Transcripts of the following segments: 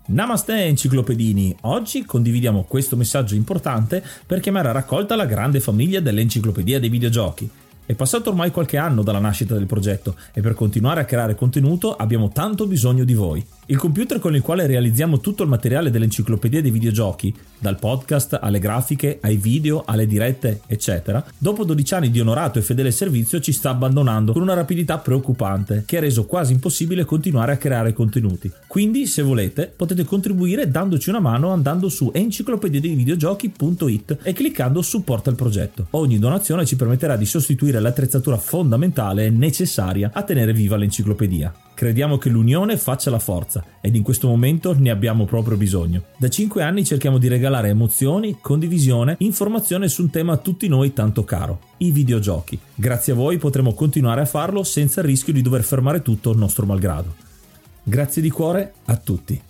Namaste enciclopedini, oggi condividiamo questo messaggio importante per chiamare a raccolta la grande famiglia dell'Enciclopedia dei Videogiochi. È passato ormai qualche anno dalla nascita del progetto e per continuare a creare contenuto abbiamo tanto bisogno di voi. Il computer con il quale realizziamo tutto il materiale dell'Enciclopedia dei Videogiochi, dal podcast alle grafiche, ai video, alle dirette, eccetera, dopo 12 anni di onorato e fedele servizio ci sta abbandonando con una rapidità preoccupante che ha reso quasi impossibile continuare a creare contenuti. Quindi, se volete, potete contribuire dandoci una mano andando su enciclopediadeivideogiochi.it e cliccando supporta il progetto. Ogni donazione ci permetterà di sostituire l'attrezzatura fondamentale e necessaria a tenere viva l'enciclopedia. Crediamo che l'unione faccia la forza ed in questo momento ne abbiamo proprio bisogno. Da 5 anni cerchiamo di regalare emozioni, condivisione, informazione su un tema a tutti noi tanto caro, i videogiochi. Grazie a voi potremo continuare a farlo senza il rischio di dover fermare tutto nostro malgrado. Grazie di cuore a tutti.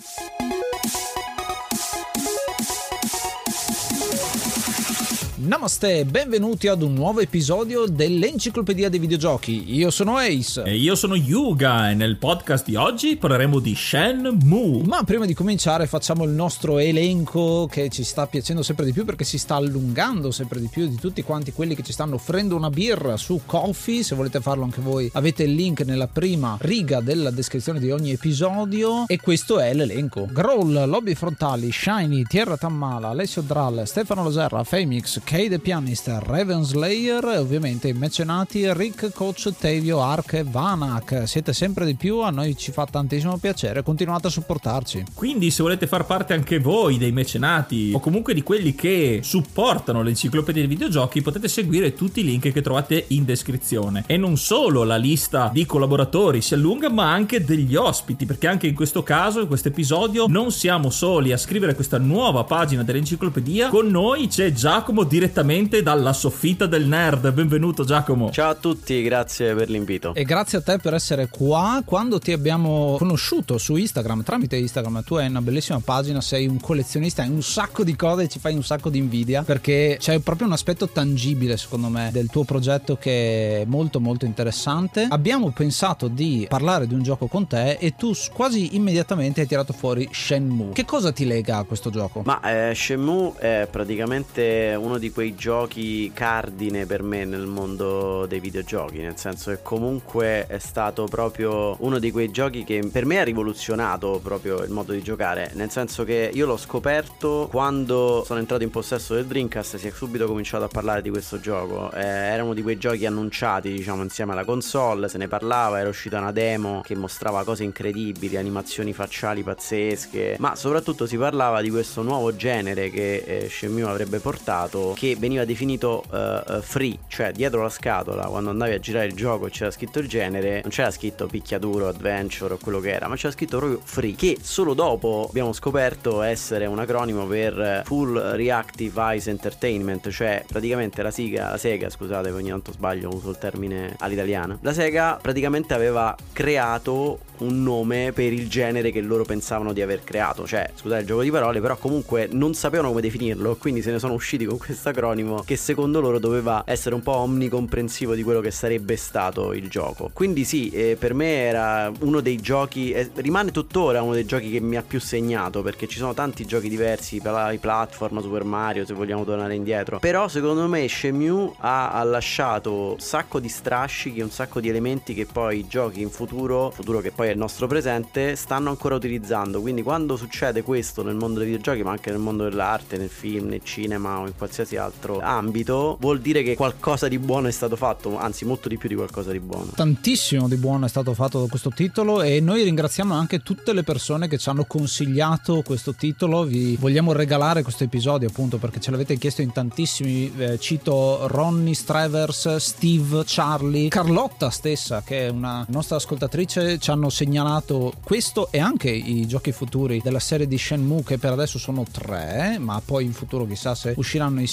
Namaste, benvenuti ad un nuovo episodio dell'Enciclopedia dei Videogiochi. Io sono Ace. E io sono Yuga e nel podcast di oggi parleremo di Shenmue. Ma prima di cominciare facciamo il nostro elenco che ci sta piacendo sempre di più perché si sta allungando sempre di più di tutti quanti quelli che ci stanno offrendo una birra su Ko-fi. Se volete farlo anche voi avete il link nella prima riga della descrizione di ogni episodio e questo è l'elenco. Growl, Lobby Frontali, Shiny, Tierra Tammala, Alessio Drall, Stefano Loserra, Femix, Kay The Pianist, Raven Slayer e ovviamente i mecenati Rick, Coach, Tevio, Ark e Vanak. Siete sempre di più, a noi ci fa tantissimo piacere, continuate a supportarci. Quindi se volete far parte anche voi dei mecenati o comunque di quelli che supportano l'Enciclopedia dei Videogiochi, potete seguire tutti i link che trovate in descrizione. E non solo la lista di collaboratori si allunga, ma anche degli ospiti, perché anche in questo caso, in questo episodio, non siamo soli a scrivere questa nuova pagina dell'Enciclopedia. Con noi c'è Giacomo direttamente dalla soffitta del nerd. Benvenuto Giacomo. Ciao a tutti, grazie per l'invito. E grazie a te per essere qua. Quando ti abbiamo conosciuto su Instagram, tramite Instagram, tu hai una bellissima pagina, sei un collezionista, hai un sacco di cose e ci fai un sacco di invidia perché c'è proprio un aspetto tangibile secondo me del tuo progetto che è molto molto interessante. Abbiamo pensato di parlare di un gioco con te e tu quasi immediatamente hai tirato fuori Shenmue. Che cosa ti lega a questo gioco? Ma Shenmue è praticamente uno di quei giochi cardine per me nel mondo dei videogiochi, nel senso che comunque è stato proprio uno di quei giochi che per me ha rivoluzionato proprio il modo di giocare, nel senso che io l'ho scoperto quando sono entrato in possesso del Dreamcast. Si è subito cominciato a parlare di questo gioco, era uno di quei giochi annunciati, diciamo, insieme alla console, se ne parlava, era uscita una demo che mostrava cose incredibili, animazioni facciali pazzesche, ma soprattutto si parlava di questo nuovo genere che Shenmue avrebbe portato, che veniva definito free, cioè dietro la scatola quando andavi a girare il gioco e c'era scritto il genere, non c'era scritto picchiaduro, adventure o quello che era, ma c'era scritto proprio free, che solo dopo abbiamo scoperto essere un acronimo per Full Reactive Eyes Entertainment, cioè praticamente la Sega, scusate, ogni tanto sbaglio, uso il termine all'italiana, la Sega praticamente aveva creato un nome per il genere che loro pensavano di aver creato, cioè scusate il gioco di parole, però comunque non sapevano come definirlo, quindi se ne sono usciti con questo acronimo che secondo loro doveva essere un po' omnicomprensivo di quello che sarebbe stato il gioco. Quindi sì, per me era uno dei giochi, rimane tuttora uno dei giochi che mi ha più segnato, perché ci sono tanti giochi diversi, i platform, Super Mario se vogliamo tornare indietro, però secondo me Shenmue ha lasciato un sacco di strascichi, un sacco di elementi che poi i giochi in futuro che poi è il nostro presente, stanno ancora utilizzando. Quindi quando succede questo nel mondo dei videogiochi, ma anche nel mondo dell'arte, nel film, nel cinema o in qualsiasi altro ambito, vuol dire che qualcosa di buono è stato fatto, anzi molto di più di qualcosa di buono. Tantissimo di buono è stato fatto da questo titolo e noi ringraziamo anche tutte le persone che ci hanno consigliato questo titolo. Vi vogliamo regalare questo episodio appunto perché ce l'avete chiesto in tantissimi, cito Ronnie Stravers, Steve, Charlie, Carlotta stessa che è una nostra ascoltatrice, ci hanno segnalato questo e anche i giochi futuri della serie di Shenmue, che per adesso sono 3, ma poi in futuro chissà se usciranno i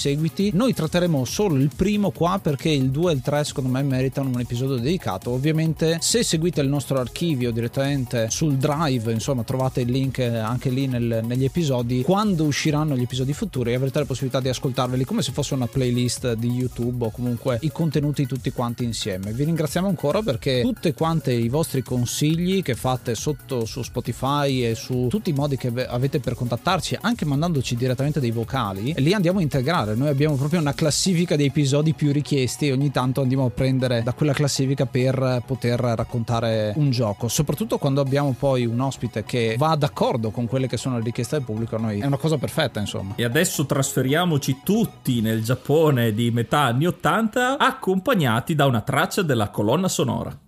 seguiti. Noi tratteremo solo il primo qua perché il 2 e il 3 secondo me meritano un episodio dedicato. Ovviamente se seguite il nostro archivio direttamente sul Drive, insomma trovate il link anche lì negli episodi, quando usciranno gli episodi futuri avrete la possibilità di ascoltarveli come se fosse una playlist di YouTube o comunque i contenuti tutti quanti insieme. Vi ringraziamo ancora perché tutte quante i vostri consigli che fate sotto su Spotify e su tutti i modi che avete per contattarci, anche mandandoci direttamente dei vocali, li andiamo a integrare. Noi abbiamo proprio una classifica dei episodi più richiesti e ogni tanto andiamo a prendere da quella classifica per poter raccontare un gioco, soprattutto quando abbiamo poi un ospite che va d'accordo con quelle che sono le richieste del pubblico. A noi è una cosa perfetta, insomma. E adesso trasferiamoci tutti nel Giappone di metà anni 80 accompagnati da una traccia della colonna sonora.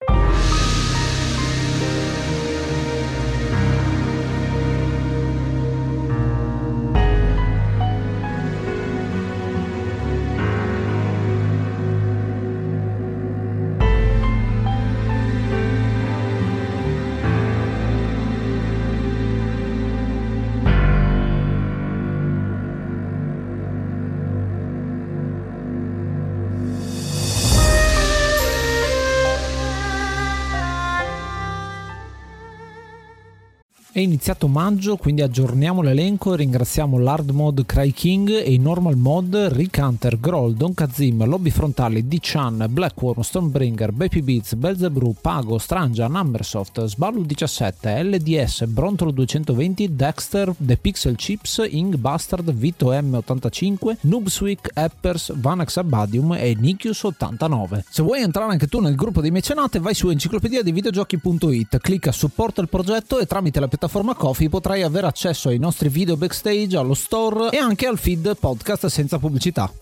È iniziato maggio, quindi aggiorniamo l'elenco e ringraziamo l'Hard Mod Cry King e i Normal Mod Rick Hunter, Groll, Don Kazim, Lobby Frontali, D-Chan, Blackworm, Stormbringer, Baby Beats, Belzebrew, Pago, Strangia, Numbersoft, Sballu 17, LDS, Brontolo 220, Dexter, The Pixel Chips, Ing Bastard, Vito M85, Noobswick, Eppers, Vanax Abadium e Nikius 89. Se vuoi entrare anche tu nel gruppo dei mecenate, vai su enciclopedia dei videogiochi.it, clicca supporta il progetto e tramite la piattaforma Ko-fi potrai avere accesso ai nostri video backstage, allo store e anche al feed podcast senza pubblicità.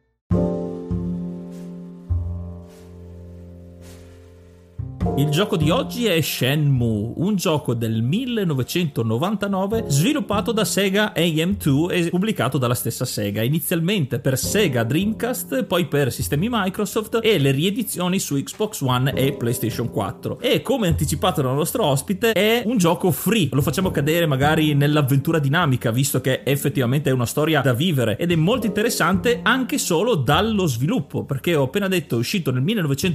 Il gioco di oggi è Shenmue, un gioco del 1999 sviluppato da Sega AM2 e pubblicato dalla stessa Sega, inizialmente per Sega Dreamcast, poi per sistemi Microsoft e le riedizioni su Xbox One e PlayStation 4. E come anticipato dal nostro ospite è un gioco free, lo facciamo cadere magari nell'avventura dinamica visto che effettivamente è una storia da vivere ed è molto interessante anche solo dallo sviluppo, perché ho appena detto è uscito nel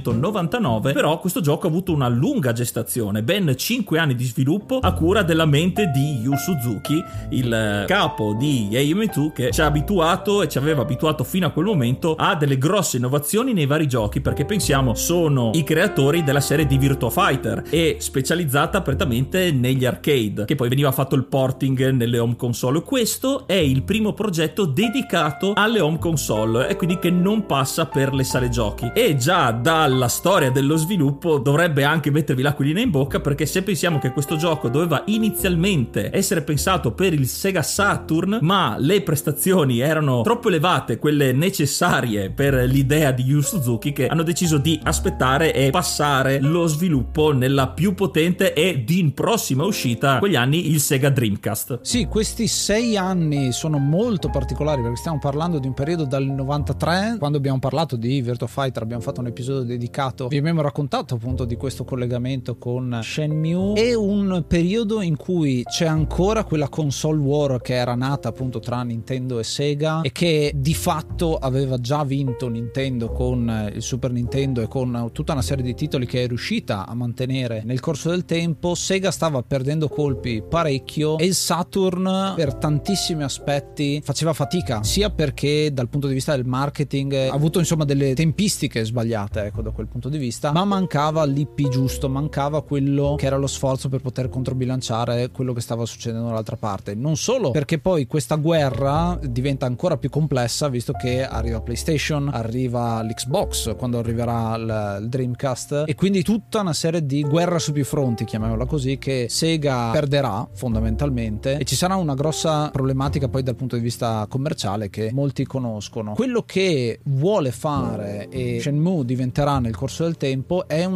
1999, però questo gioco ha avuto una lunga gestazione, ben 5 anni di sviluppo a cura della mente di Yu Suzuki, il capo di AM2, che ci ha abituato e ci aveva abituato fino a quel momento a delle grosse innovazioni nei vari giochi, perché pensiamo sono i creatori della serie di Virtua Fighter e specializzata prettamente negli arcade, che poi veniva fatto il porting nelle home console. Questo è il primo progetto dedicato alle home console e quindi che non passa per le sale giochi, e già dalla storia dello sviluppo dovrebbe anche mettervi l'acquolina in bocca, perché se pensiamo che questo gioco doveva inizialmente essere pensato per il Sega Saturn, ma le prestazioni erano troppo elevate, quelle necessarie per l'idea di Yu Suzuki, che hanno deciso di aspettare e passare lo sviluppo nella più potente e in prossima uscita quegli anni il Sega Dreamcast. Sì, questi 6 anni sono molto particolari perché stiamo parlando di un periodo dal 93, quando abbiamo parlato di Virtua Fighter abbiamo fatto un episodio dedicato, vi abbiamo raccontato appunto di questo collegamento con Shenmue. È un periodo in cui c'è ancora quella console war che era nata appunto tra Nintendo e Sega e che di fatto aveva già vinto Nintendo con il Super Nintendo e con tutta una serie di titoli che è riuscita a mantenere nel corso del tempo. Sega stava perdendo colpi parecchio e il Saturn per tantissimi aspetti faceva fatica, sia perché dal punto di vista del marketing ha avuto insomma delle tempistiche sbagliate, ecco, da quel punto di vista, ma mancava l'IP giusto, mancava quello che era lo sforzo per poter controbilanciare quello che stava succedendo dall'altra parte. Non solo perché poi questa guerra diventa ancora più complessa visto che arriva PlayStation, arriva l'Xbox quando arriverà il Dreamcast, e quindi tutta una serie di guerra su più fronti, chiamiamola così, che Sega perderà fondamentalmente, e ci sarà una grossa problematica poi dal punto di vista commerciale che molti conoscono. Quello che vuole fare e Shenmue diventerà nel corso del tempo è una sorta di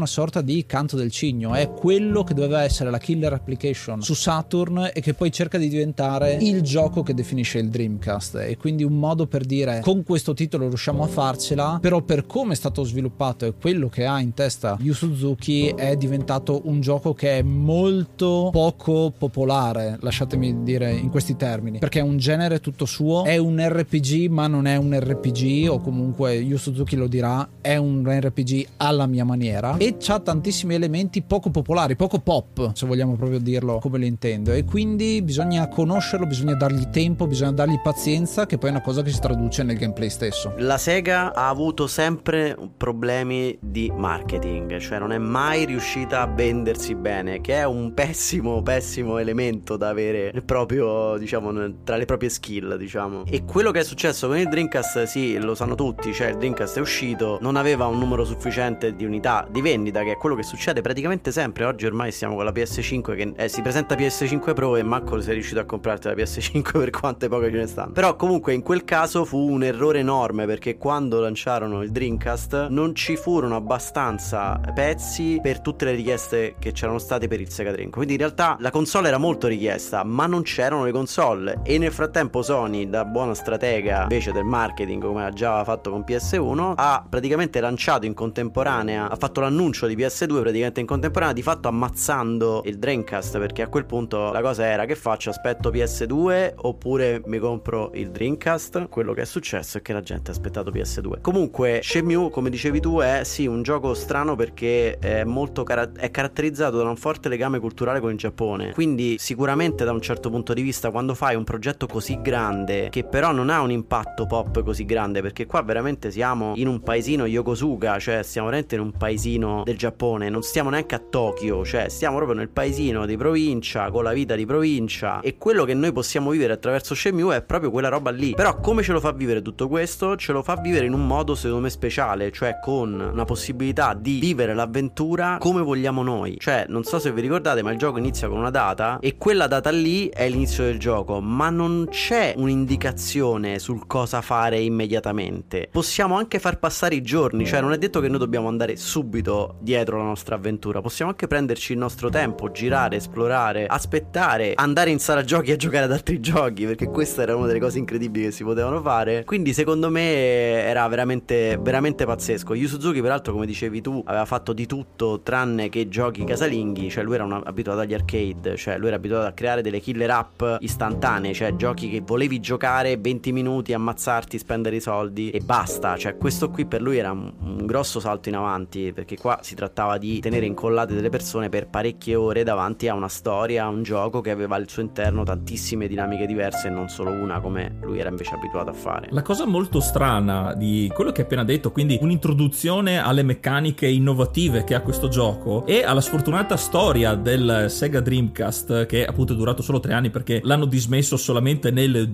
di Canto del Cigno, è quello che doveva essere la killer application su Saturn e che poi cerca di diventare il gioco che definisce il Dreamcast, e quindi un modo per dire: con questo titolo riusciamo a farcela. Però per come è stato sviluppato e quello che ha in testa Yu Suzuki è diventato un gioco che è molto poco popolare, lasciatemi dire in questi termini, perché è un genere tutto suo, è un RPG ma non è un RPG, o comunque Yu Suzuki lo dirà, è un RPG alla mia maniera, e c'ha tantissimi elementi poco popolari, poco pop, se vogliamo proprio dirlo come lo intendo, e quindi bisogna conoscerlo, bisogna dargli tempo, bisogna dargli pazienza, che poi è una cosa che si traduce nel gameplay stesso. La Sega ha avuto sempre problemi di marketing, cioè non è mai riuscita a vendersi bene, che è un pessimo elemento da avere proprio, diciamo, tra le proprie skill, diciamo. E quello che è successo con il Dreamcast, sì, lo sanno tutti, cioè il Dreamcast è uscito, non aveva un numero sufficiente di unità di vendita, che è quello che succede praticamente sempre. Oggi ormai siamo con la PS5 che si presenta PS5 Pro e manco sei riuscito a comprarti la PS5 per quante poche ce ne stanno. Però comunque in quel caso fu un errore enorme, perché quando lanciarono il Dreamcast non ci furono abbastanza pezzi per tutte le richieste che c'erano state per il Sega Dreamcast. Quindi in realtà la console era molto richiesta, ma non c'erano le console, e nel frattempo Sony, da buona stratega invece del marketing, come ha già fatto con PS1, ha praticamente lanciato in contemporanea, ha fatto l'annuncio di PS2 praticamente in contemporanea, di fatto ammazzando il Dreamcast, perché a quel punto la cosa era: che faccio? Aspetto PS2 oppure mi compro il Dreamcast? Quello che è successo è che la gente ha aspettato PS2. Comunque Shenmue, come dicevi tu, è sì un gioco strano perché è molto è caratterizzato da un forte legame culturale con il Giappone, quindi sicuramente da un certo punto di vista, quando fai un progetto così grande che però non ha un impatto pop così grande, perché qua veramente siamo in un paesino Yokosuka, cioè stiamo veramente in un paesino del Giappone, non stiamo neanche a Tokyo, cioè stiamo proprio nel paesino di provincia, con la vita di provincia, e quello che noi possiamo vivere attraverso Shenmue è proprio quella roba lì. Però come ce lo fa vivere tutto questo? Ce lo fa vivere in un modo secondo me speciale, cioè con una possibilità di vivere l'avventura come vogliamo noi. Cioè non so se vi ricordate, ma il gioco inizia con una data e quella data lì è l'inizio del gioco, ma non c'è un'indicazione sul cosa fare immediatamente. Possiamo anche far passare i giorni, cioè non è detto che noi dobbiamo andare subito dietro la nostra avventura, possiamo anche prenderci il nostro tempo, girare, esplorare, aspettare, andare in sala giochi a giocare ad altri giochi, perché questa era una delle cose incredibili che si potevano fare. Quindi secondo me era veramente pazzesco. Yu Suzuki peraltro, come dicevi tu, aveva fatto di tutto tranne che giochi casalinghi, cioè lui era abituato agli arcade, cioè lui era abituato a creare delle killer app istantanee, cioè giochi che volevi giocare 20 minuti, ammazzarti, spendere i soldi e basta. Cioè questo qui per lui era un grosso salto in avanti, perché qua si trattava di tenere incollate delle persone per parecchie ore davanti a una storia, a un gioco che aveva al suo interno tantissime dinamiche diverse e non solo una, come lui era invece abituato a fare. La cosa molto strana di quello che hai appena detto, quindi un'introduzione alle meccaniche innovative che ha questo gioco e alla sfortunata storia del Sega Dreamcast, che appunto è durato solo 3 anni perché l'hanno dismesso solamente nel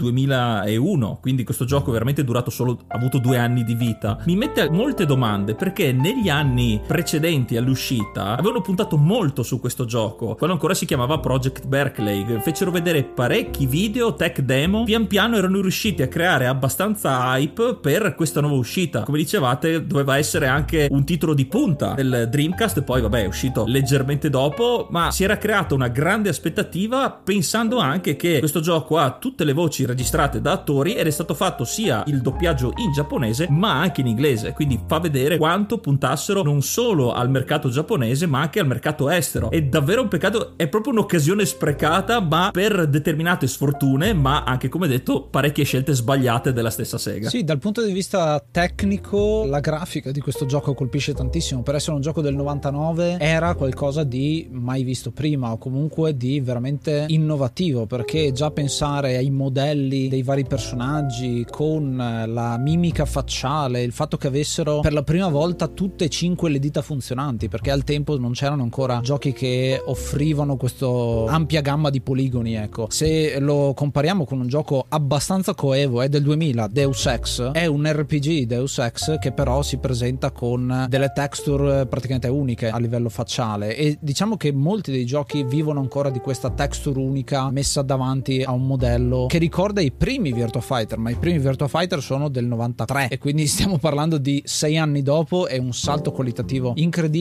2001, quindi questo gioco è veramente durato solo, ha avuto 2 anni di vita, mi mette molte domande, perché negli anni precedenti all'uscita avevano puntato molto su questo gioco, quando ancora si chiamava Project Berkeley, fecero vedere parecchi video, tech demo, pian piano erano riusciti a creare abbastanza hype per questa nuova uscita. Come dicevate, doveva essere anche un titolo di punta del Dreamcast, poi vabbè è uscito leggermente dopo, ma si era creata una grande aspettativa pensando anche che questo gioco ha tutte le voci registrate da attori ed è stato fatto sia il doppiaggio in giapponese ma anche in inglese, quindi fa vedere quanto puntassero non solo al mercato giapponese ma anche al mercato estero. È davvero un peccato, è proprio un'occasione sprecata, ma per determinate sfortune, ma anche, come detto, parecchie scelte sbagliate della stessa Sega. Sì, dal punto di vista tecnico la grafica di questo gioco colpisce tantissimo. Per essere un gioco del 99 era qualcosa di mai visto prima, o comunque di veramente innovativo, perché già pensare ai modelli dei vari personaggi con la mimica facciale, il fatto che avessero per la prima volta tutte e 5 le dita funzionanti, perché al tempo non c'erano ancora giochi che offrivano questa ampia gamma di poligoni, ecco. Se lo compariamo con un gioco abbastanza coevo, è del 2000, Deus Ex, è un RPG Deus Ex che però si presenta con delle texture praticamente uniche a livello facciale, e diciamo che molti dei giochi vivono ancora di questa texture unica messa davanti a un modello che ricorda i primi Virtua Fighter, ma i primi Virtua Fighter sono del 93 e quindi stiamo parlando di 6 anni dopo. È un salto qualitativo incredibile,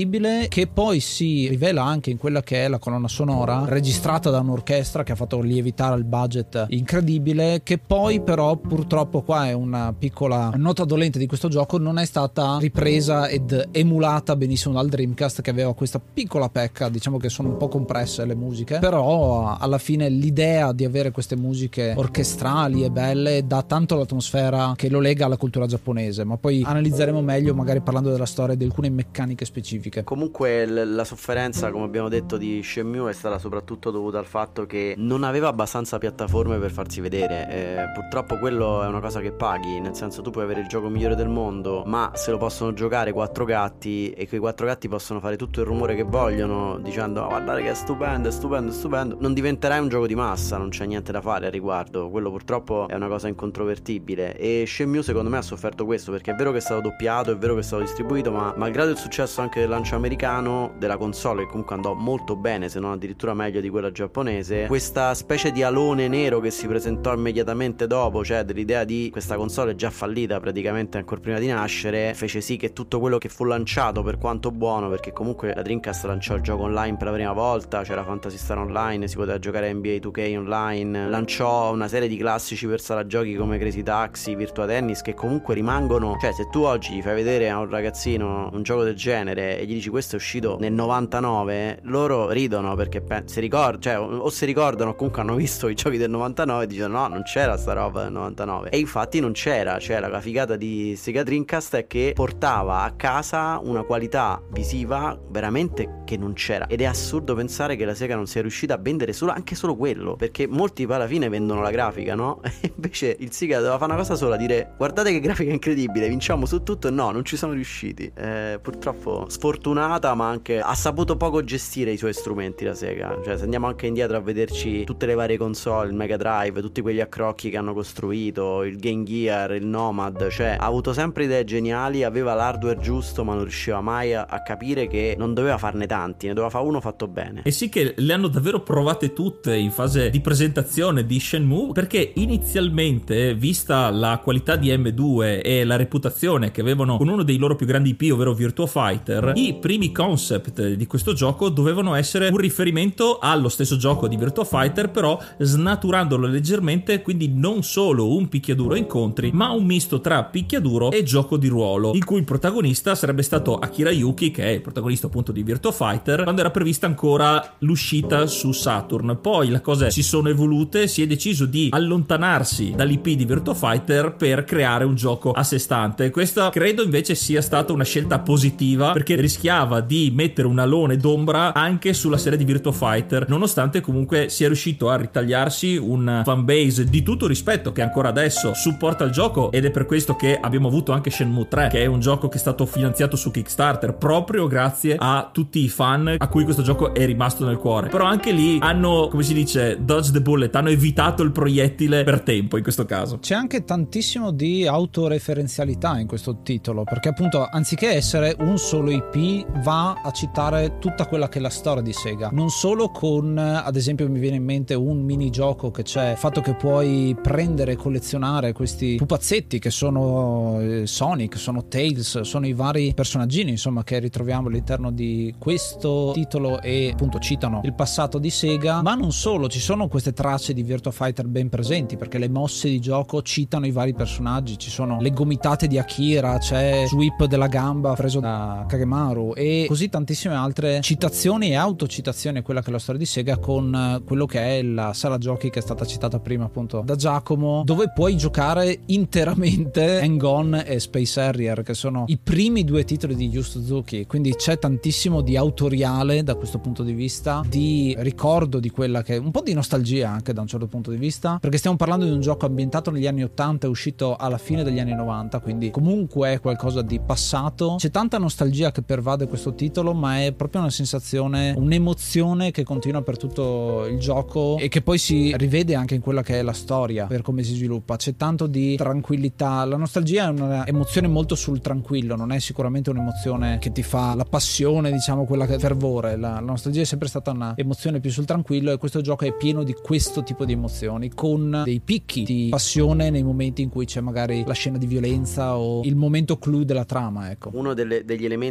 incredibile, che poi si rivela anche in quella che è la colonna sonora registrata da un'orchestra che ha fatto lievitare il budget incredibile, che poi però purtroppo, qua è una piccola nota dolente di questo gioco, non è stata ripresa ed emulata benissimo dal Dreamcast, che aveva questa piccola pecca, diciamo che sono un po' compresse le musiche, però alla fine l'idea di avere queste musiche orchestrali e belle dà tanto l'atmosfera che lo lega alla cultura giapponese, ma poi analizzeremo meglio magari parlando della storia e di alcune meccaniche specifiche. Comunque la sofferenza, come abbiamo detto, di Shenmue è stata soprattutto dovuta al fatto che non aveva abbastanza piattaforme per farsi vedere. Purtroppo quello è una cosa che paghi, nel senso, tu puoi avere il gioco migliore del mondo, ma se lo possono giocare 4 gatti e quei 4 gatti possono fare tutto il rumore che vogliono dicendo oh, guardate che è stupendo, è stupendo, è stupendo, non diventerai un gioco di massa, non c'è niente da fare al riguardo. Quello purtroppo è una cosa incontrovertibile, e Shenmue secondo me ha sofferto questo, perché è vero che è stato doppiato, è vero che è stato distribuito, ma malgrado il successo anche del lancio americano della console, che comunque andò molto bene, se non addirittura meglio di quella giapponese, questa specie di alone nero che si presentò immediatamente dopo, cioè dell'idea di questa console già fallita praticamente ancora prima di nascere, fece sì che tutto quello che fu lanciato, per quanto buono, perché comunque la Dreamcast lanciò il gioco online per la prima volta, c'era Phantasy Star Online, si poteva giocare a NBA 2K online, lanciò una serie di classici per sala giochi come Crazy Taxi, Virtua Tennis, che comunque rimangono, cioè se tu oggi gli fai vedere a un ragazzino un gioco del genere e gli dici questo è uscito nel 99, loro ridono, perché si ricordano, cioè o si ricordano o comunque hanno visto i giochi del 99 e dicono no, non c'era sta roba del 99, e infatti non c'era. Cioè la figata di Sega Dreamcast è che portava a casa una qualità visiva veramente che non c'era, ed è assurdo pensare che la Sega non sia riuscita a vendere anche solo quello, perché molti poi alla fine vendono la grafica, no? E invece il Sega doveva fare una cosa sola, dire guardate che grafica incredibile, vinciamo su tutto, e no, non ci sono riusciti. Purtroppo sfortunata, ma anche ha saputo poco gestire i suoi strumenti la Sega. Cioè se andiamo anche indietro a vederci tutte le varie console, il Mega Drive, tutti quegli accrocchi che hanno costruito, il Game Gear, il Nomad, cioè ha avuto sempre idee geniali, aveva l'hardware giusto, ma non riusciva mai a capire che non doveva farne tanti, ne doveva fare uno fatto bene. E sì che le hanno davvero provate tutte in fase di presentazione di Shenmue, perché inizialmente, vista la qualità di M2 e la reputazione che avevano con uno dei loro più grandi IP, ovvero Virtua Fighter, i primi concept di questo gioco dovevano essere un riferimento allo stesso gioco di Virtua Fighter, però snaturandolo leggermente, quindi non solo un picchiaduro incontri, ma un misto tra picchiaduro e gioco di ruolo, il cui protagonista sarebbe stato Akira Yuki, che è il protagonista appunto di Virtua Fighter, quando era prevista ancora l'uscita su Saturn. Poi le cose si sono evolute, si è deciso di allontanarsi dall'IP di Virtua Fighter per creare un gioco a sé stante. Questa credo invece sia stata una scelta positiva, perché rischiava di mettere un alone d'ombra anche sulla serie di Virtua Fighter, nonostante comunque sia riuscito a ritagliarsi un fanbase di tutto rispetto che ancora adesso supporta il gioco, ed è per questo che abbiamo avuto anche Shenmue 3, che è un gioco che è stato finanziato su Kickstarter proprio grazie a tutti i fan a cui questo gioco è rimasto nel cuore. Però anche lì hanno, come si dice, dodge the bullet, hanno evitato il proiettile per tempo in questo caso. C'è anche tantissimo di autoreferenzialità in questo titolo, perché appunto anziché essere un solo IP va a citare tutta quella che è la storia di Sega, non solo con, ad esempio mi viene in mente un minigioco che c'è, il fatto che puoi prendere e collezionare questi pupazzetti che sono Sonic, sono Tails, sono i vari personaggini insomma che ritroviamo all'interno di questo titolo, e appunto citano il passato di Sega, ma non solo, ci sono queste tracce di Virtua Fighter ben presenti, perché le mosse di gioco citano i vari personaggi, ci sono le gomitate di Akira, c'è sweep della gamba preso da Kagemaru e così tantissime altre citazioni e autocitazioni a quella che è la storia di Sega, con quello che è la sala giochi che è stata citata prima appunto da Giacomo, dove puoi giocare interamente Hang-On e Space Harrier, che sono i primi due titoli di Yu Suzuki, quindi c'è tantissimo di autoriale da questo punto di vista, di ricordo di quella che è un po' di nostalgia anche da un certo punto di vista, perché stiamo parlando di un gioco ambientato negli anni 80 e uscito alla fine degli anni 90, quindi comunque è qualcosa di passato. C'è tanta nostalgia che pervade questo titolo, ma è proprio una sensazione, un'emozione che continua per tutto il gioco e che poi si rivede anche in quella che è la storia, per come si sviluppa. C'è tanto di tranquillità. La nostalgia è un'emozione molto sul tranquillo, non è sicuramente un'emozione che ti fa la passione, diciamo, quella che è fervore. La nostalgia è sempre stata un'emozione più sul tranquillo, e questo gioco è pieno di questo tipo di emozioni, con dei picchi di passione nei momenti in cui c'è magari la scena di violenza o il momento clou della trama, ecco. Uno degli elementi che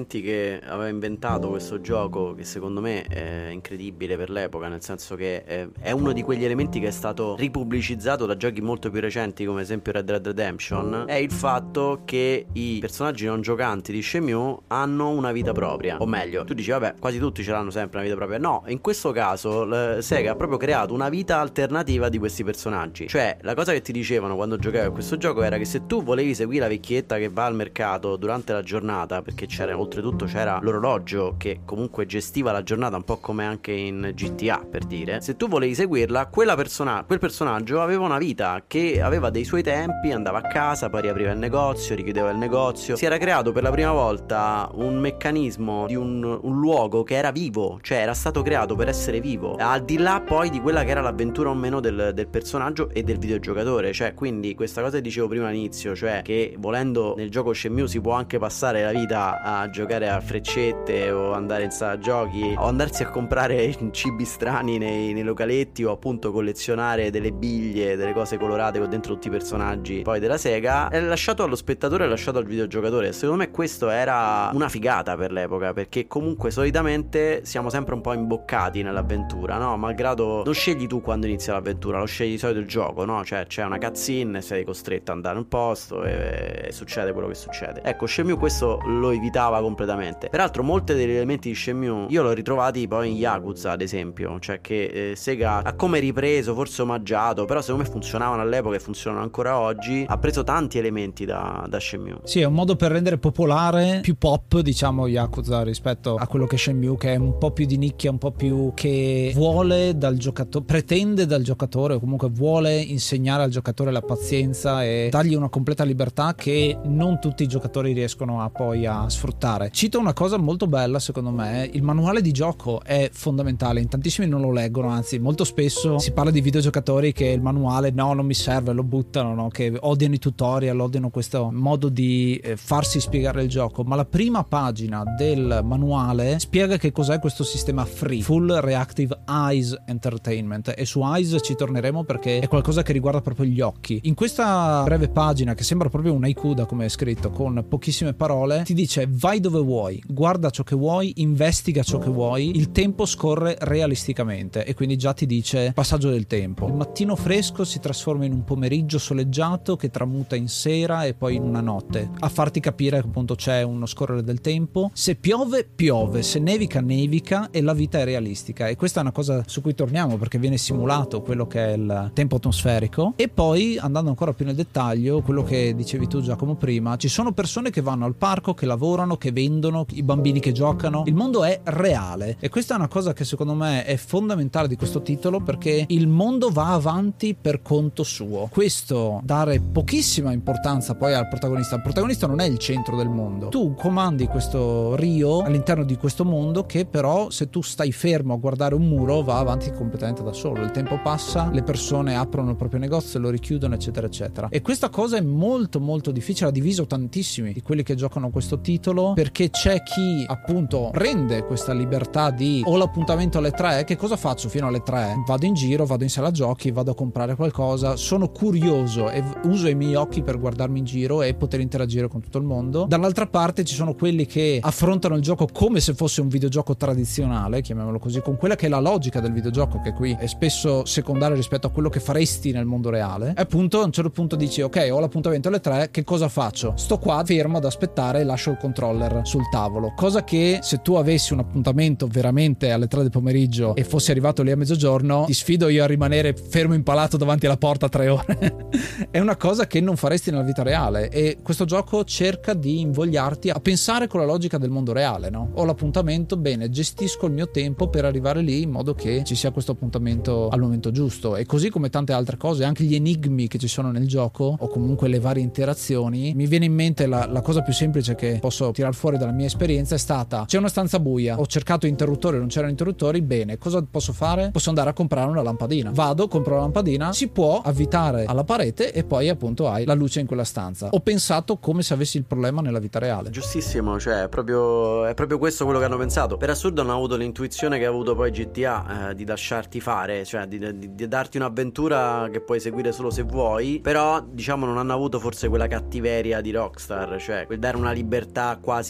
che aveva inventato questo gioco, che secondo me è incredibile per l'epoca, nel senso che è uno di quegli elementi che è stato ripubblicizzato da giochi molto più recenti, come esempio Red Dead Redemption, è il fatto che i personaggi non giocanti di Shenmue hanno una vita propria. O meglio, tu dici vabbè, quasi tutti ce l'hanno sempre una vita propria. No, in questo caso Sega ha proprio creato una vita alternativa di questi personaggi. Cioè, la cosa che ti dicevano quando giocavi a questo gioco era che se tu volevi seguire la vecchietta che va al mercato durante la giornata, perché oltretutto c'era l'orologio che comunque gestiva la giornata, un po' come anche in GTA, per dire, se tu volevi seguirla, quel personaggio aveva una vita, che aveva dei suoi tempi, andava a casa, poi riapriva il negozio, richiudeva il negozio. Si era creato per la prima volta un meccanismo di un luogo che era vivo, cioè era stato creato per essere vivo, al di là poi di quella che era l'avventura o meno del personaggio e del videogiocatore. Cioè, quindi questa cosa che dicevo prima all'inizio, cioè che volendo nel gioco Shenmue si può anche passare la vita a giocare a freccette o andare in sala giochi o andarsi a comprare cibi strani nei localetti, o appunto collezionare delle biglie, delle cose colorate con dentro tutti i personaggi poi della Sega, è lasciato allo spettatore, è lasciato al videogiocatore. Secondo me questo era una figata per l'epoca, perché comunque solitamente siamo sempre un po' imboccati nell'avventura, no? Malgrado non scegli tu quando inizia l'avventura, lo scegli di solito il gioco, no? Cioè c'è una cutscene e sei costretto ad andare in un posto e succede quello che succede. Ecco, Shenmue questo lo evitava completamente. Peraltro molti degli elementi di Shenmue io l'ho ritrovati poi in Yakuza, ad esempio, cioè che Sega ha come ripreso, forse omaggiato, però secondo me funzionavano all'epoca e funzionano ancora oggi. Ha preso tanti elementi da Shenmue. Sì, è un modo per rendere popolare, più pop, diciamo, Yakuza rispetto a quello che è Shenmue, che è un po' più di nicchia, un po' più che vuole dal giocatore, pretende dal giocatore, o comunque vuole insegnare al giocatore la pazienza e dargli una completa libertà che non tutti i giocatori riescono poi a sfruttare. Cito una cosa molto bella, secondo me: il manuale di gioco è fondamentale, in tantissimi non lo leggono, anzi molto spesso si parla di videogiocatori che il manuale no, non mi serve, lo buttano, no? Che odiano i tutorial, odiano questo modo di farsi spiegare il gioco. Ma la prima pagina del manuale spiega che cos'è questo sistema free, Full Reactive Eyes Entertainment, e su Eyes ci torneremo perché è qualcosa che riguarda proprio gli occhi. In questa breve pagina, che sembra proprio un haiku da come è scritto, con pochissime parole, ti dice: vai dove vuoi, guarda ciò che vuoi, investiga ciò che vuoi, il tempo scorre realisticamente. E quindi già ti dice passaggio del tempo. Il mattino fresco si trasforma in un pomeriggio soleggiato che tramuta in sera e poi in una notte, a farti capire che appunto c'è uno scorrere del tempo. Se piove, piove, se nevica, nevica, e la vita è realistica. E questa è una cosa su cui torniamo, perché viene simulato quello che è il tempo atmosferico. E poi, andando ancora più nel dettaglio, quello che dicevi tu, Giacomo, prima, ci sono persone che vanno al parco, che lavorano, che vendono, i bambini che giocano. Il mondo è reale, e questa è una cosa che secondo me è fondamentale di questo titolo, perché il mondo va avanti per conto suo. Questo, dare pochissima importanza poi al protagonista. Il protagonista non è il centro del mondo, tu comandi questo Rio all'interno di questo mondo che però, se tu stai fermo a guardare un muro, va avanti completamente da solo. Il tempo passa, le persone aprono il proprio negozio, lo richiudono, eccetera eccetera. E questa cosa è molto molto difficile, ha diviso tantissimi di quelli che giocano questo titolo, perché c'è chi appunto prende questa libertà di: ho l'appuntamento alle 3, che cosa faccio fino alle 3? Vado in giro, vado in sala giochi, vado a comprare qualcosa, sono curioso e uso i miei occhi per guardarmi in giro e poter interagire con tutto il mondo. Dall'altra parte ci sono quelli che affrontano il gioco come se fosse un videogioco tradizionale, chiamiamolo così, con quella che è la logica del videogioco, che qui è spesso secondaria rispetto a quello che faresti nel mondo reale. E appunto a un certo punto dici: ok, ho l'appuntamento alle 3, che cosa faccio? Sto qua fermo ad aspettare e lascio il controller sul tavolo, cosa che se tu avessi un appuntamento veramente alle 3 del pomeriggio e fossi arrivato lì a mezzogiorno, ti sfido io a rimanere fermo impalato davanti alla porta 3 ore. È una cosa che non faresti nella vita reale, e questo gioco cerca di invogliarti a pensare con la logica del mondo reale, no? Ho l'appuntamento, bene, gestisco il mio tempo per arrivare lì in modo che ci sia questo appuntamento al momento giusto. E così come tante altre cose, anche gli enigmi che ci sono nel gioco, o comunque le varie interazioni. Mi viene in mente la cosa più semplice che posso tirar fuori dalla mia esperienza è stata: c'è una stanza buia, ho cercato interruttori, non c'erano interruttori, bene, cosa posso fare? Posso andare a comprare una lampadina. Vado, compro la lampadina, si può avvitare alla parete e poi appunto hai la luce in quella stanza. Ho pensato come se avessi il problema nella vita reale. Giustissimo, cioè è proprio questo quello che hanno pensato. Per assurdo hanno avuto l'intuizione che ha avuto poi GTA, di lasciarti fare, cioè di darti un'avventura che puoi seguire solo se vuoi, però diciamo non hanno avuto forse quella cattiveria di Rockstar, cioè quel dare una libertà quasi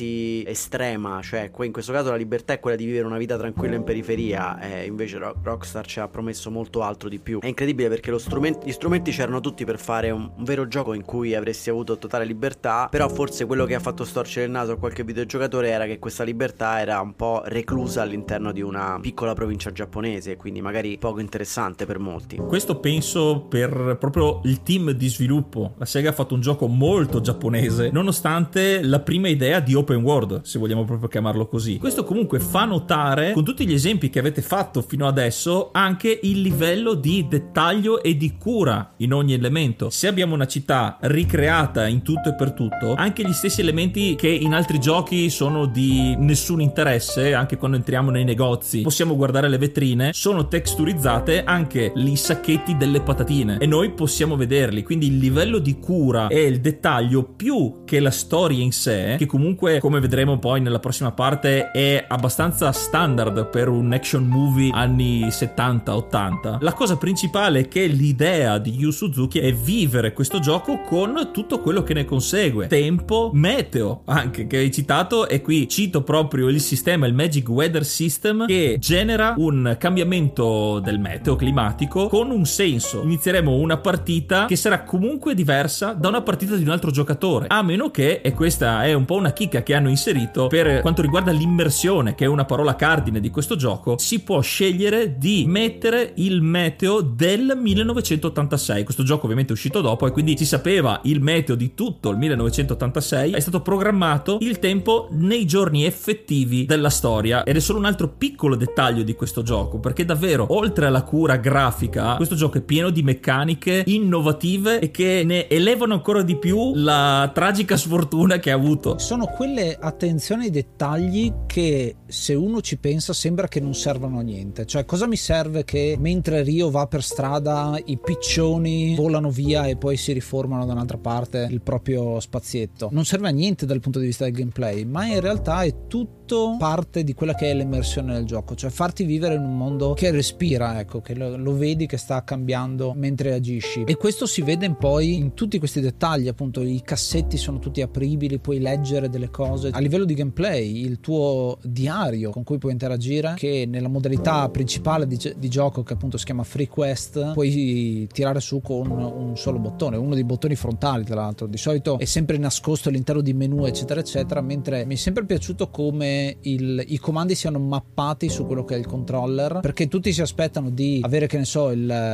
così estrema, cioè in questo caso la libertà è quella di vivere una vita tranquilla in periferia, invece Rockstar ci ha promesso molto altro di più. È incredibile perché gli strumenti c'erano tutti per fare un vero gioco in cui avresti avuto totale libertà, però forse quello che ha fatto storcere il naso a qualche videogiocatore era che questa libertà era un po' reclusa all'interno di una piccola provincia giapponese, quindi magari poco interessante per molti. Questo penso per proprio il team di sviluppo. La Sega ha fatto un gioco molto giapponese, nonostante la prima idea di open world, se vogliamo proprio chiamarlo così. Questo comunque fa notare, con tutti gli esempi che avete fatto fino adesso, anche il livello di dettaglio e di cura in ogni elemento. Se abbiamo una città ricreata in tutto e per tutto, anche gli stessi elementi che in altri giochi sono di nessun interesse, anche quando entriamo nei negozi possiamo guardare le vetrine, sono texturizzate anche i sacchetti delle patatine e noi possiamo vederli, quindi il livello di cura e il dettaglio, più che la storia in sé, che comunque come vedremo poi nella prossima parte è abbastanza standard per un action movie anni 70-80. La cosa principale è che l'idea di Yu Suzuki è vivere questo gioco con tutto quello che ne consegue: tempo, meteo anche, che hai citato, e qui cito proprio il sistema, il Magic Weather System, che genera un cambiamento del meteo climatico con un senso. Inizieremo una partita che sarà comunque diversa da una partita di un altro giocatore, a meno che, e questa è un po' una chicca che hanno inserito per quanto riguarda l'immersione, che è una parola cardine di questo gioco, si può scegliere di mettere il meteo del 1986. Questo gioco ovviamente è uscito dopo e quindi si sapeva il meteo di tutto il 1986, è stato programmato il tempo nei giorni effettivi della storia, ed è solo un altro piccolo dettaglio di questo gioco, perché davvero oltre alla cura grafica questo gioco è pieno di meccaniche innovative e che ne elevano ancora di più la tragica sfortuna che ha avuto. Sono quelle attenzioni ai dettagli che, se uno ci pensa, sembra che non servano a niente. Cioè, cosa mi serve che mentre Rio va per strada i piccioni volano via e poi si riformano da un'altra parte il proprio spazietto? Non serve a niente dal punto di vista del gameplay, ma in realtà è tutto parte di quella che è l'immersione del gioco, cioè farti vivere in un mondo che respira, ecco, che lo vedi che sta cambiando mentre agisci. E questo si vede poi in tutti questi dettagli, appunto i cassetti sono tutti apribili, puoi leggere delle cose. A livello di gameplay, il tuo diario con cui puoi interagire, che nella modalità principale di gioco, che appunto si chiama Free Quest, puoi tirare su con un solo bottone, uno dei bottoni frontali tra l'altro. Di solito è sempre nascosto all'interno di menu eccetera eccetera, mentre mi è sempre piaciuto come i comandi siano mappati su quello che è il controller, perché tutti si aspettano di avere, che ne so,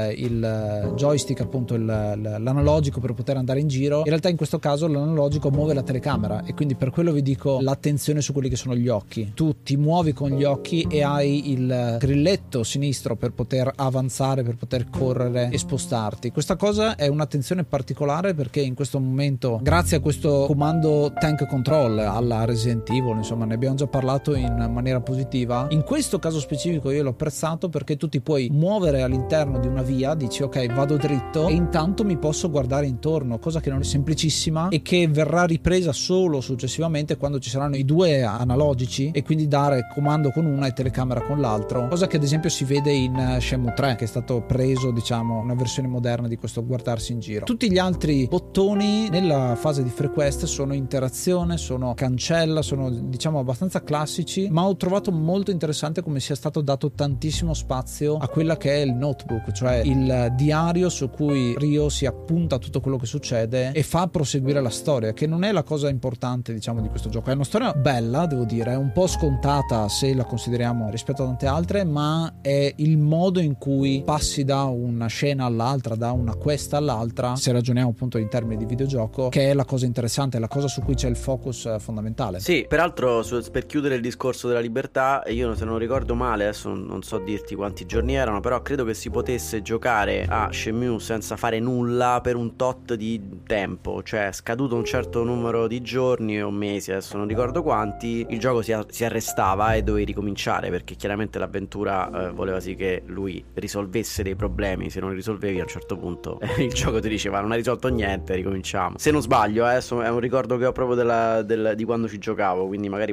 il joystick, appunto l'analogico per poter andare in giro. In realtà in questo caso l'analogico muove la telecamera, e quindi per quello vi dico l'attenzione su quelli che sono gli occhi. Tu ti muovi con gli occhi e hai il grilletto sinistro per poter avanzare, per poter correre e spostarti. Questa cosa è un'attenzione particolare, perché in questo momento, grazie a questo comando tank control alla Resident Evil, insomma ne abbiamo già parlato in maniera positiva, in questo caso specifico io l'ho apprezzato, perché tu ti puoi muovere all'interno di una via, dici ok vado dritto e intanto mi posso guardare intorno, cosa che non è semplicissima e che verrà ripresa solo successivamente quando ci saranno i due analogici, e quindi dare comando con una e telecamera con l'altro, cosa che ad esempio si vede in Shenmue 3, che è stato preso, diciamo, una versione moderna di questo guardarsi in giro. Tutti gli altri bottoni nella fase di Free Quest sono interazione, sono cancella, sono diciamo abbastanza classici, ma ho trovato molto interessante come sia stato dato tantissimo spazio a quella che è il notebook, cioè il diario su cui Rio si appunta a tutto quello che succede e fa proseguire la storia, che non è la cosa importante, diciamo, di questo gioco. È una storia bella, devo dire, è un po' scontata se la consideriamo rispetto a tante altre, ma è il modo in cui passi da una scena all'altra, da una quest all'altra, se ragioniamo appunto in termini di videogioco, che è la cosa interessante, è la cosa su cui c'è il focus fondamentale. Sì, peraltro per chiudere il discorso della libertà, io se non ricordo male, adesso non so dirti quanti giorni erano, però credo che si potesse giocare a Shenmue senza fare nulla per un tot di tempo, cioè scaduto un certo numero di giorni o mesi, adesso non ricordo quanti, il gioco si arrestava e dovevi ricominciare, perché chiaramente l'avventura voleva sì che lui risolvesse dei problemi. Se non li risolvevi a un certo punto il gioco ti diceva non hai risolto niente, ricominciamo. Se non sbaglio, adesso è un ricordo che ho proprio di quando ci giocavo, quindi magari potrei sbagliare,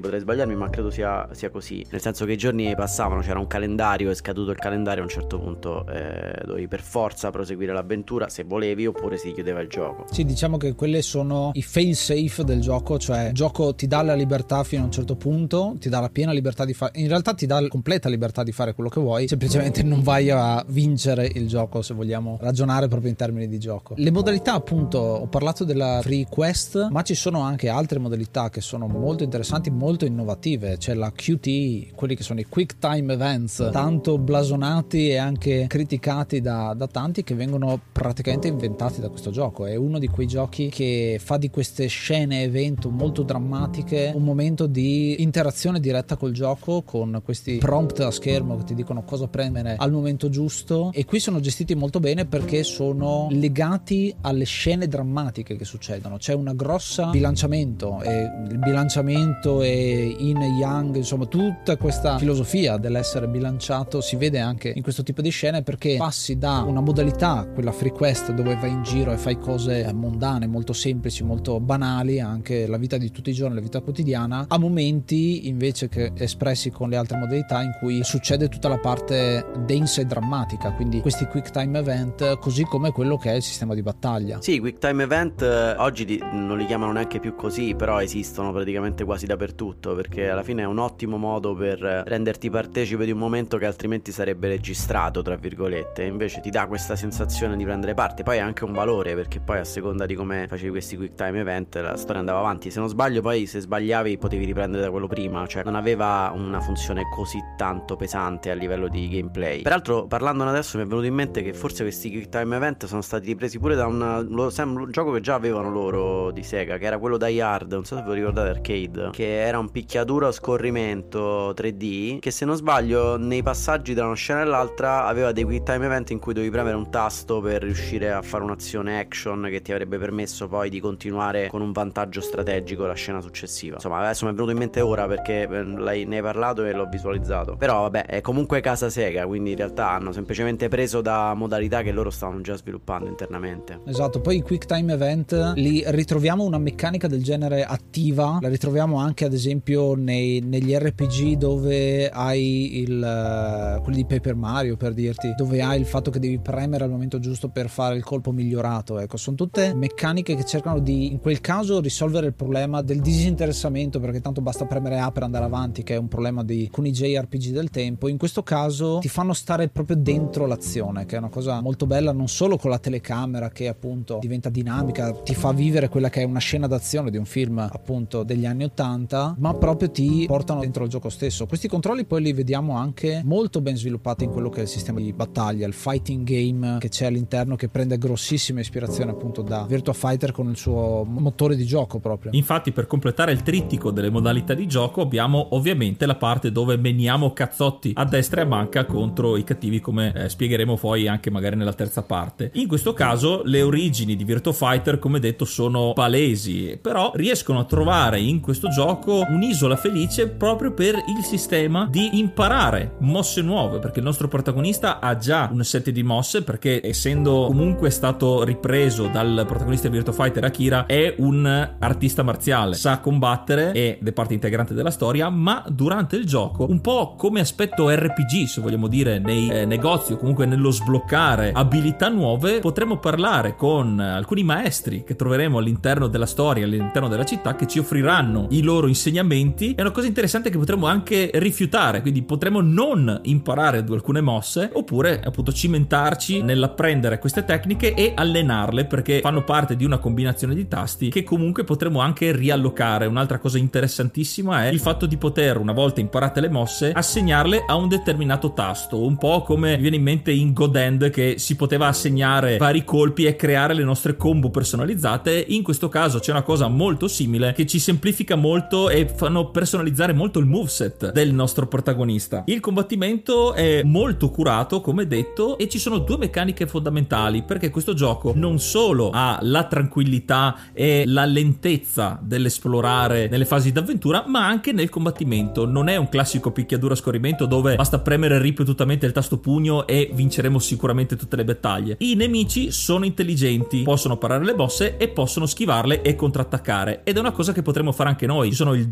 termini, ma credo sia così, nel senso che i giorni passavano, c'era un calendario, è scaduto il calendario, a un certo punto dovevi per forza proseguire l'avventura se volevi, oppure si chiudeva il gioco. Sì, diciamo che quelle sono i fail safe del gioco, cioè il gioco ti dà la libertà fino a un certo punto, ti dà la piena libertà di fare, in realtà ti dà la completa libertà di fare quello che vuoi, semplicemente non vai a vincere il gioco, se vogliamo ragionare proprio in termini di gioco. Le modalità, appunto, ho parlato della free quest, ma ci sono anche altre modalità che sono molto interessanti, molto innovative. C'è la QTE, quelli che sono i quick time events, tanto blasonati e anche criticati da tanti, che vengono praticamente inventati da questo gioco. È uno di quei giochi che fa di queste scene evento molto drammatiche un momento di interazione diretta col gioco, con questi prompt a schermo che ti dicono cosa prendere al momento giusto, e qui sono gestiti molto bene perché sono legati alle scene drammatiche che succedono. C'è una grossa bilanciamento, e il bilanciamento e yin e yang, insomma tutta questa filosofia dell'essere bilanciato si vede anche in questo tipo di scene, perché passi da una modalità, quella free quest, dove vai in giro e fai cose mondane, molto semplici, molto banali, anche la vita di tutti i giorni, la vita quotidiana, a momenti invece che espressi con le altre modalità in cui succede tutta la parte densa e drammatica, quindi questi quick time event, così come quello che è il sistema di battaglia. Sì, quick time event oggi non li chiamano neanche più così, però esistono praticamente quasi dappertutto, perché alla fine è un ottimo modo per renderti partecipe di un momento che altrimenti sarebbe registrato, tra virgolette, e invece ti dà questa sensazione di prendere parte. Poi è anche un valore, perché poi a seconda di come facevi questi quick time event la storia andava avanti. Se non sbaglio, poi se sbagliavi potevi riprendere da quello prima, cioè non aveva una funzione così tanto pesante a livello di gameplay. Peraltro, parlandone adesso mi è venuto in mente che forse questi quick time event sono stati ripresi pure da un gioco che già avevano loro di Sega, che era quello Die Hard, non so se ve lo ricordate, arcade, che era un picchiaduro a scorrimento 3D, che se non sbaglio nei passaggi da una scena all'altra aveva dei quick time event in cui dovevi premere un tasto per riuscire a fare un'azione action che ti avrebbe permesso poi di continuare con un vantaggio strategico la scena successiva. Insomma, adesso mi è venuto in mente ora perché ne hai parlato e l'ho visualizzato. Però vabbè, è comunque casa Sega, quindi in realtà hanno semplicemente preso da modalità che loro stavano già sviluppando internamente. Esatto, poi i quick time event li ritroviamo una meccanica del genere attiva, la ritroviamo anche ad esempio negli RPG dove hai quelli di Paper Mario, per dirti, dove hai il fatto che devi premere al momento giusto per fare il colpo migliorato. Ecco, sono tutte meccaniche che cercano di, in quel caso, risolvere il problema del disinteressamento, perché tanto basta premere A per andare avanti, che è un problema di alcuni JRPG del tempo. In questo caso ti fanno stare proprio dentro l'azione, che è una cosa molto bella, non solo con la telecamera che appunto diventa dinamica, ti fa vivere quella che è una scena d'azione di un film appunto degli anni 80, ma proprio ti portano dentro il gioco stesso. Questi controlli poi li vediamo anche molto ben sviluppati in quello che è il sistema di battaglia, il fighting game che c'è all'interno, che prende grossissima ispirazione appunto da Virtua Fighter con il suo motore di gioco proprio. Infatti, per completare il trittico delle modalità di gioco abbiamo ovviamente la parte dove meniamo cazzotti a destra e a manca contro i cattivi, come spiegheremo poi anche magari nella terza parte. In questo caso le origini di Virtua Fighter, come detto, sono palesi, però riescono a trovare in questo gioco un'isola felice proprio per il sistema di imparare mosse nuove, perché il nostro protagonista ha già un set di mosse, perché essendo comunque stato ripreso dal protagonista di Virtua Fighter Akira, è un artista marziale, sa combattere ed è parte integrante della storia, ma durante il gioco, un po' come aspetto RPG, se vogliamo dire, nei negozi o comunque nello sbloccare abilità nuove, potremo parlare con alcuni maestri che troveremo all'interno della storia, all'interno della città, che ci offriranno i loro insegnamenti. È una cosa interessante che potremo anche rifiutare, quindi potremo non imparare alcune mosse, oppure appunto cimentarci nell'apprendere queste tecniche e allenarle, perché fanno parte di una combinazione di tasti che comunque potremo anche riallocare. Un'altra cosa interessantissima è il fatto di poter, una volta imparate le mosse, assegnarle a un determinato tasto, un po' come mi viene in mente in God Hand, che si poteva assegnare vari colpi e creare le nostre combo personalizzate. In questo caso c'è una cosa molto simile che ci semplifica molto e fanno personalizzare molto il moveset del nostro protagonista. Il combattimento è molto curato, come detto, e ci sono due meccaniche fondamentali, perché questo gioco non solo ha la tranquillità e la lentezza dell'esplorare nelle fasi d'avventura, ma anche nel combattimento. Non è un classico picchiaduro a scorrimento dove basta premere ripetutamente il tasto pugno e vinceremo sicuramente tutte le battaglie. I nemici sono intelligenti, possono parare le mosse e possono schivarle e contrattaccare, ed è una cosa che potremo fare anche noi. Ci sono il dodge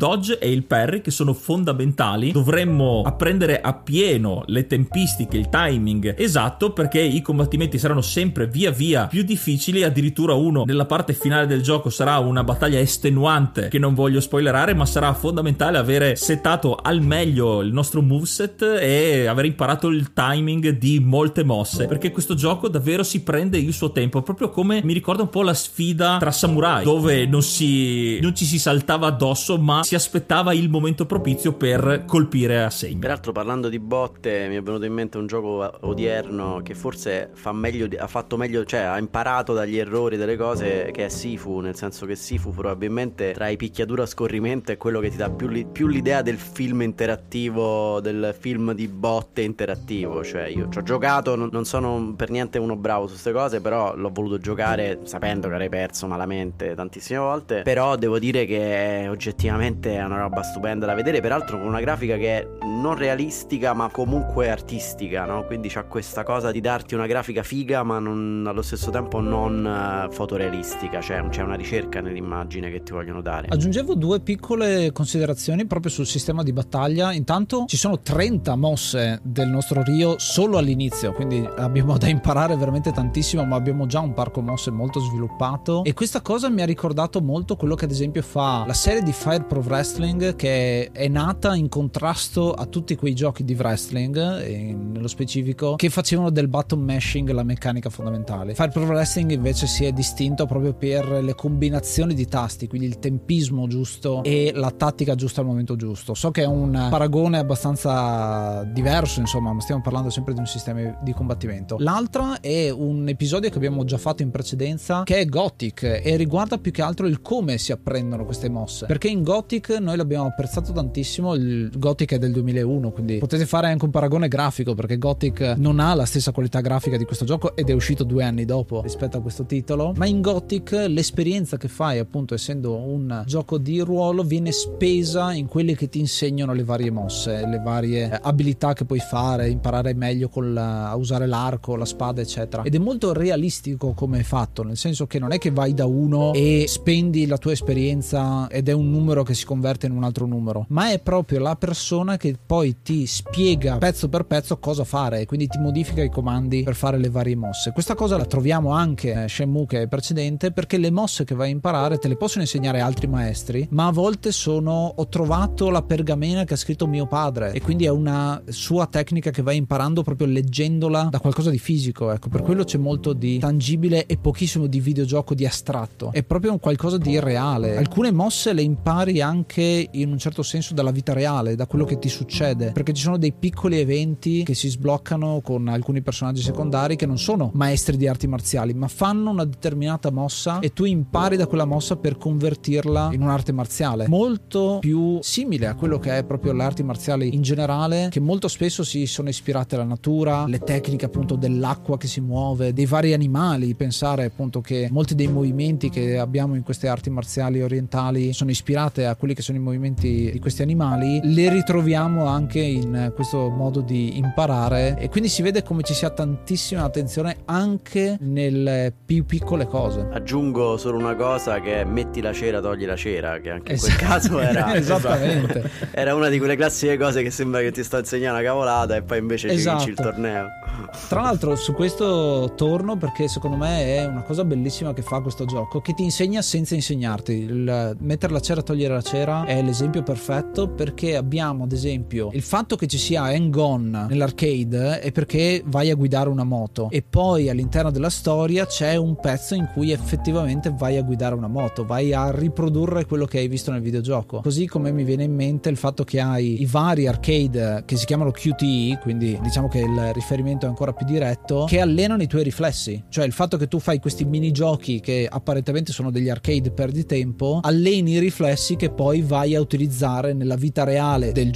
e il parry, che sono fondamentali. Dovremmo apprendere appieno le tempistiche, il timing esatto, perché i combattimenti saranno sempre via via più difficili. Addirittura uno nella parte finale del gioco sarà una battaglia estenuante che non voglio spoilerare, ma sarà fondamentale avere settato al meglio il nostro moveset e aver imparato il timing di molte mosse, perché questo gioco davvero si prende il suo tempo, proprio come mi ricorda un po' la sfida tra samurai, dove non ci si saltava addosso, ma si aspettava il momento propizio per colpire a segno. Peraltro, parlando di botte, mi è venuto in mente un gioco odierno che forse ha fatto meglio, cioè ha imparato dagli errori delle cose, che è Sifu, nel senso che Sifu probabilmente tra i picchiaduro a scorrimento è quello che ti dà più l'idea del film interattivo, del film di botte interattivo. Cioè io ci ho giocato, non sono per niente uno bravo su queste cose, però l'ho voluto giocare sapendo che avrei perso malamente tantissime volte. Però devo dire che oggettivamente è una roba stupenda da vedere, peraltro con una grafica che è non realistica ma comunque artistica, no? Quindi c'ha questa cosa di darti una grafica figa ma allo stesso tempo non fotorealistica, cioè c'è una ricerca nell'immagine che ti vogliono dare. Aggiungevo 2 piccole considerazioni proprio sul sistema di battaglia. Intanto ci sono 30 mosse del nostro Ryo solo all'inizio, quindi abbiamo da imparare veramente tantissimo, ma abbiamo già un parco mosse molto sviluppato, e questa cosa mi ha ricordato molto quello che ad esempio fa la serie di Fire Pro Wrestling, che è nata in contrasto a tutti quei giochi di wrestling, nello specifico, che facevano del button mashing la meccanica fondamentale. Fire Pro Wrestling invece si è distinto proprio per le combinazioni di tasti, quindi il tempismo giusto e la tattica giusta al momento giusto. So che è un paragone abbastanza diverso, insomma, ma stiamo parlando sempre di un sistema di combattimento. L'altra è un episodio che abbiamo già fatto in precedenza, che è Gothic, e riguarda più che altro il come si apprendono queste mosse, perché in Gothic noi l'abbiamo apprezzato tantissimo. Il Gothic è del 2001, quindi potete fare anche un paragone grafico, perché Gothic non ha la stessa qualità grafica di questo gioco ed è uscito 2 anni dopo rispetto a questo titolo, ma in Gothic l'esperienza che fai, appunto essendo un gioco di ruolo, viene spesa in quelli che ti insegnano le varie mosse, le varie abilità che puoi fare, imparare meglio a usare l'arco, la spada eccetera, ed è molto realistico come è fatto, nel senso che non è che vai da uno e spendi la tua esperienza ed è un numero che si converte in un altro numero, ma è proprio la persona che poi ti spiega pezzo per pezzo cosa fare e quindi ti modifica i comandi per fare le varie mosse. Questa cosa la troviamo anche in Shenmue, che è precedente, perché le mosse che vai a imparare te le possono insegnare altri maestri, ma a volte ho trovato la pergamena che ha scritto mio padre, e quindi è una sua tecnica che vai imparando proprio leggendola da qualcosa di fisico. Ecco, per quello c'è molto di tangibile e pochissimo di videogioco, di astratto. È proprio un qualcosa di reale. Alcune mosse le impari anche in un certo senso dalla vita reale, da quello che ti succede, perché ci sono dei piccoli eventi che si sbloccano con alcuni personaggi secondari che non sono maestri di arti marziali, ma fanno una determinata mossa e tu impari da quella mossa per convertirla in un'arte marziale molto più simile a quello che è proprio le arti marziali in generale, che molto spesso si sono ispirate alla natura, le tecniche appunto dell'acqua che si muove, dei vari animali. Pensare appunto che molti dei movimenti che abbiamo in queste arti marziali orientali sono ispirate a quelli che sono i movimenti di questi animali, le ritroviamo anche in questo modo di imparare, e quindi si vede come ci sia tantissima attenzione anche nelle più piccole cose. Aggiungo solo una cosa, che metti la cera togli la cera, che anche in quel caso era esattamente era una di quelle classiche cose che sembra che ti sto insegnando una cavolata e poi invece ci vinci il torneo. Tra l'altro su questo torno, perché secondo me è una cosa bellissima che fa questo gioco, che ti insegna senza insegnarti. Il mettere la cera togliere la cera è l'esempio perfetto, perché abbiamo ad esempio il fatto che ci sia Hang-On nell'arcade è perché vai a guidare una moto, e poi all'interno della storia c'è un pezzo in cui effettivamente vai a guidare una moto, vai a riprodurre quello che hai visto nel videogioco. Così come mi viene in mente il fatto che hai i vari arcade che si chiamano QTE, quindi diciamo che il riferimento è ancora più diretto, che allenano i tuoi riflessi, cioè il fatto che tu fai questi minigiochi che apparentemente sono degli arcade perdi tempo, alleni i riflessi che poi vai a utilizzare nella vita reale del gioco,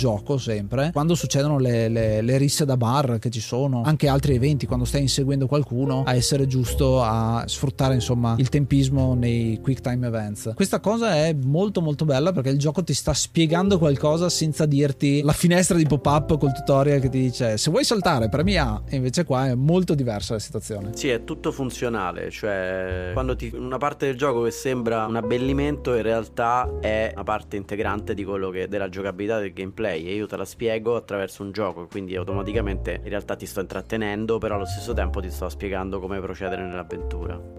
sempre, quando succedono le risse da bar che ci sono, anche altri eventi, quando stai inseguendo qualcuno, a essere giusto a sfruttare insomma il tempismo nei quick time events. Questa cosa è molto molto bella perché il gioco ti sta spiegando qualcosa senza dirti la finestra di pop-up col tutorial che ti dice se vuoi saltare premi A, e invece qua è molto diversa la situazione. Sì, è tutto funzionale, cioè quando una parte del gioco che sembra un abbellimento in realtà è una parte integrante di quello che della giocabilità, del gameplay, e io te la spiego attraverso un gioco, quindi automaticamente in realtà ti sto intrattenendo, però allo stesso tempo ti sto spiegando come procedere nell'avventura.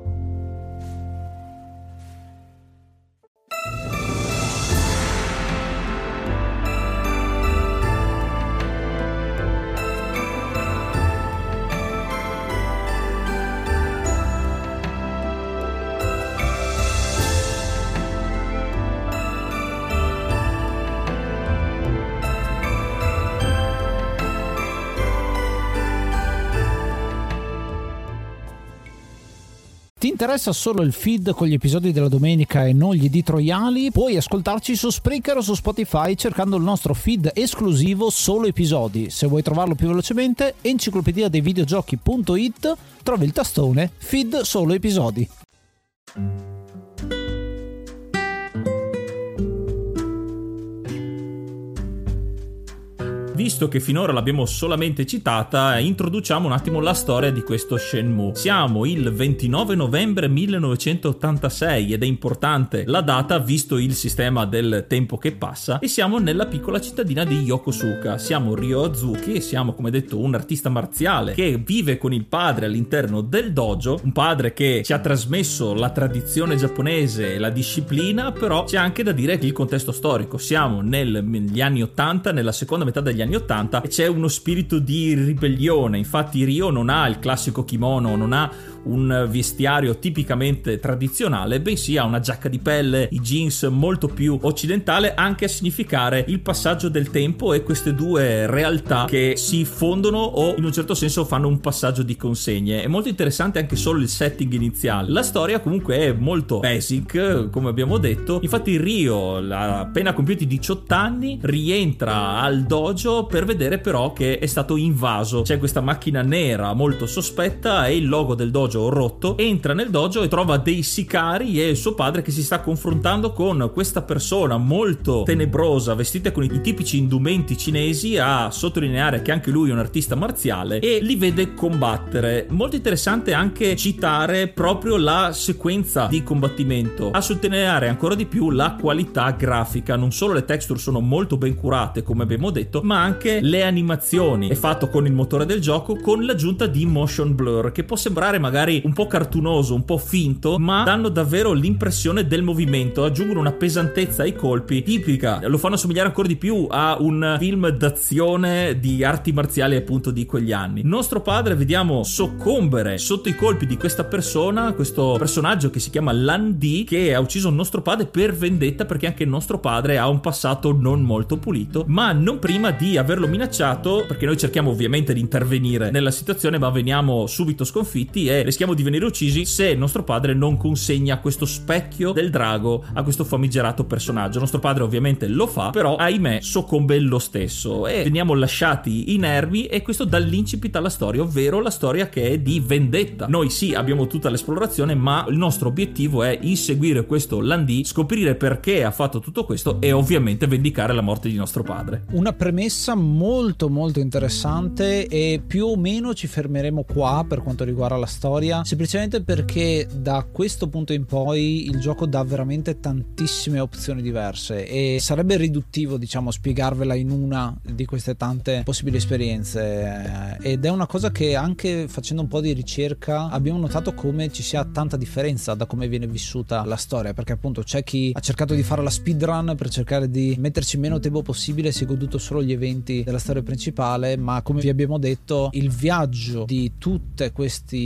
Ti interessa solo il feed con gli episodi della domenica e non gli editoriali? Puoi ascoltarci su Spreaker o su Spotify cercando il nostro feed esclusivo Solo Episodi. Se vuoi trovarlo più velocemente, enciclopedia dei videogiochi.it, trovi il tastone feed Solo Episodi. Visto che finora l'abbiamo solamente citata, introduciamo un attimo la storia di questo Shenmue. Siamo il 29 novembre 1986 ed è importante la data visto il sistema del tempo che passa, e siamo nella piccola cittadina di Yokosuka. Siamo Ryo Azuki e siamo, come detto, un artista marziale che vive con il padre all'interno del dojo, un padre che ci ha trasmesso la tradizione giapponese e la disciplina, però c'è anche da dire che il contesto storico, siamo negli anni 80, nella seconda metà degli anni 80, e c'è uno spirito di ribellione. Infatti Ryo non ha il classico kimono, non ha un vestiario tipicamente tradizionale, bensì ha una giacca di pelle, i jeans molto più occidentale, anche a significare il passaggio del tempo e queste due realtà che si fondono o in un certo senso fanno un passaggio di consegne. È molto interessante anche solo il setting iniziale. La storia comunque è molto basic, come abbiamo detto. Infatti Ryo, appena compiuti 18 anni, rientra al dojo per vedere però che è stato invaso. C'è questa macchina nera molto sospetta e il logo del dojo rotto. Entra nel dojo e trova dei sicari e suo padre che si sta confrontando con questa persona molto tenebrosa, vestita con i tipici indumenti cinesi, a sottolineare che anche lui è un artista marziale, e li vede combattere. Molto interessante anche citare proprio la sequenza di combattimento, a sottolineare ancora di più la qualità grafica. Non solo le texture sono molto ben curate, come abbiamo detto, ma anche le animazioni. È fatto con il motore del gioco, con l'aggiunta di motion blur, che può sembrare magari un po' cartunoso, un po' finto, ma danno davvero l'impressione del movimento, aggiungono una pesantezza ai colpi tipica, lo fanno somigliare ancora di più a un film d'azione di arti marziali appunto di quegli anni. Il nostro padre vediamo soccombere sotto i colpi di questa persona, questo personaggio che si chiama Lan Di, che ha ucciso il nostro padre per vendetta, perché anche il nostro padre ha un passato non molto pulito, ma non prima di averlo minacciato, perché noi cerchiamo ovviamente di intervenire nella situazione, ma veniamo subito sconfitti e rischiamo di venire uccisi se il nostro padre non consegna questo specchio del drago a questo famigerato personaggio. Il nostro padre ovviamente lo fa, però ahimè soccombe lo stesso e veniamo lasciati inermi, e questo dà l'incipit alla storia, ovvero la storia che è di vendetta. Noi sì, abbiamo tutta l'esplorazione, ma il nostro obiettivo è inseguire questo Lan Di, scoprire perché ha fatto tutto questo e ovviamente vendicare la morte di nostro padre. Una premessa molto molto interessante, e più o meno ci fermeremo qua per quanto riguarda la storia, semplicemente perché da questo punto in poi il gioco dà veramente tantissime opzioni diverse e sarebbe riduttivo, diciamo, spiegarvela in una di queste tante possibili esperienze, ed è una cosa che anche facendo un po' di ricerca abbiamo notato come ci sia tanta differenza da come viene vissuta la storia, perché appunto c'è chi ha cercato di fare la speedrun per cercare di metterci meno tempo possibile, si è goduto solo gli eventi della storia principale, ma come vi abbiamo detto il viaggio di tutti questi pezzi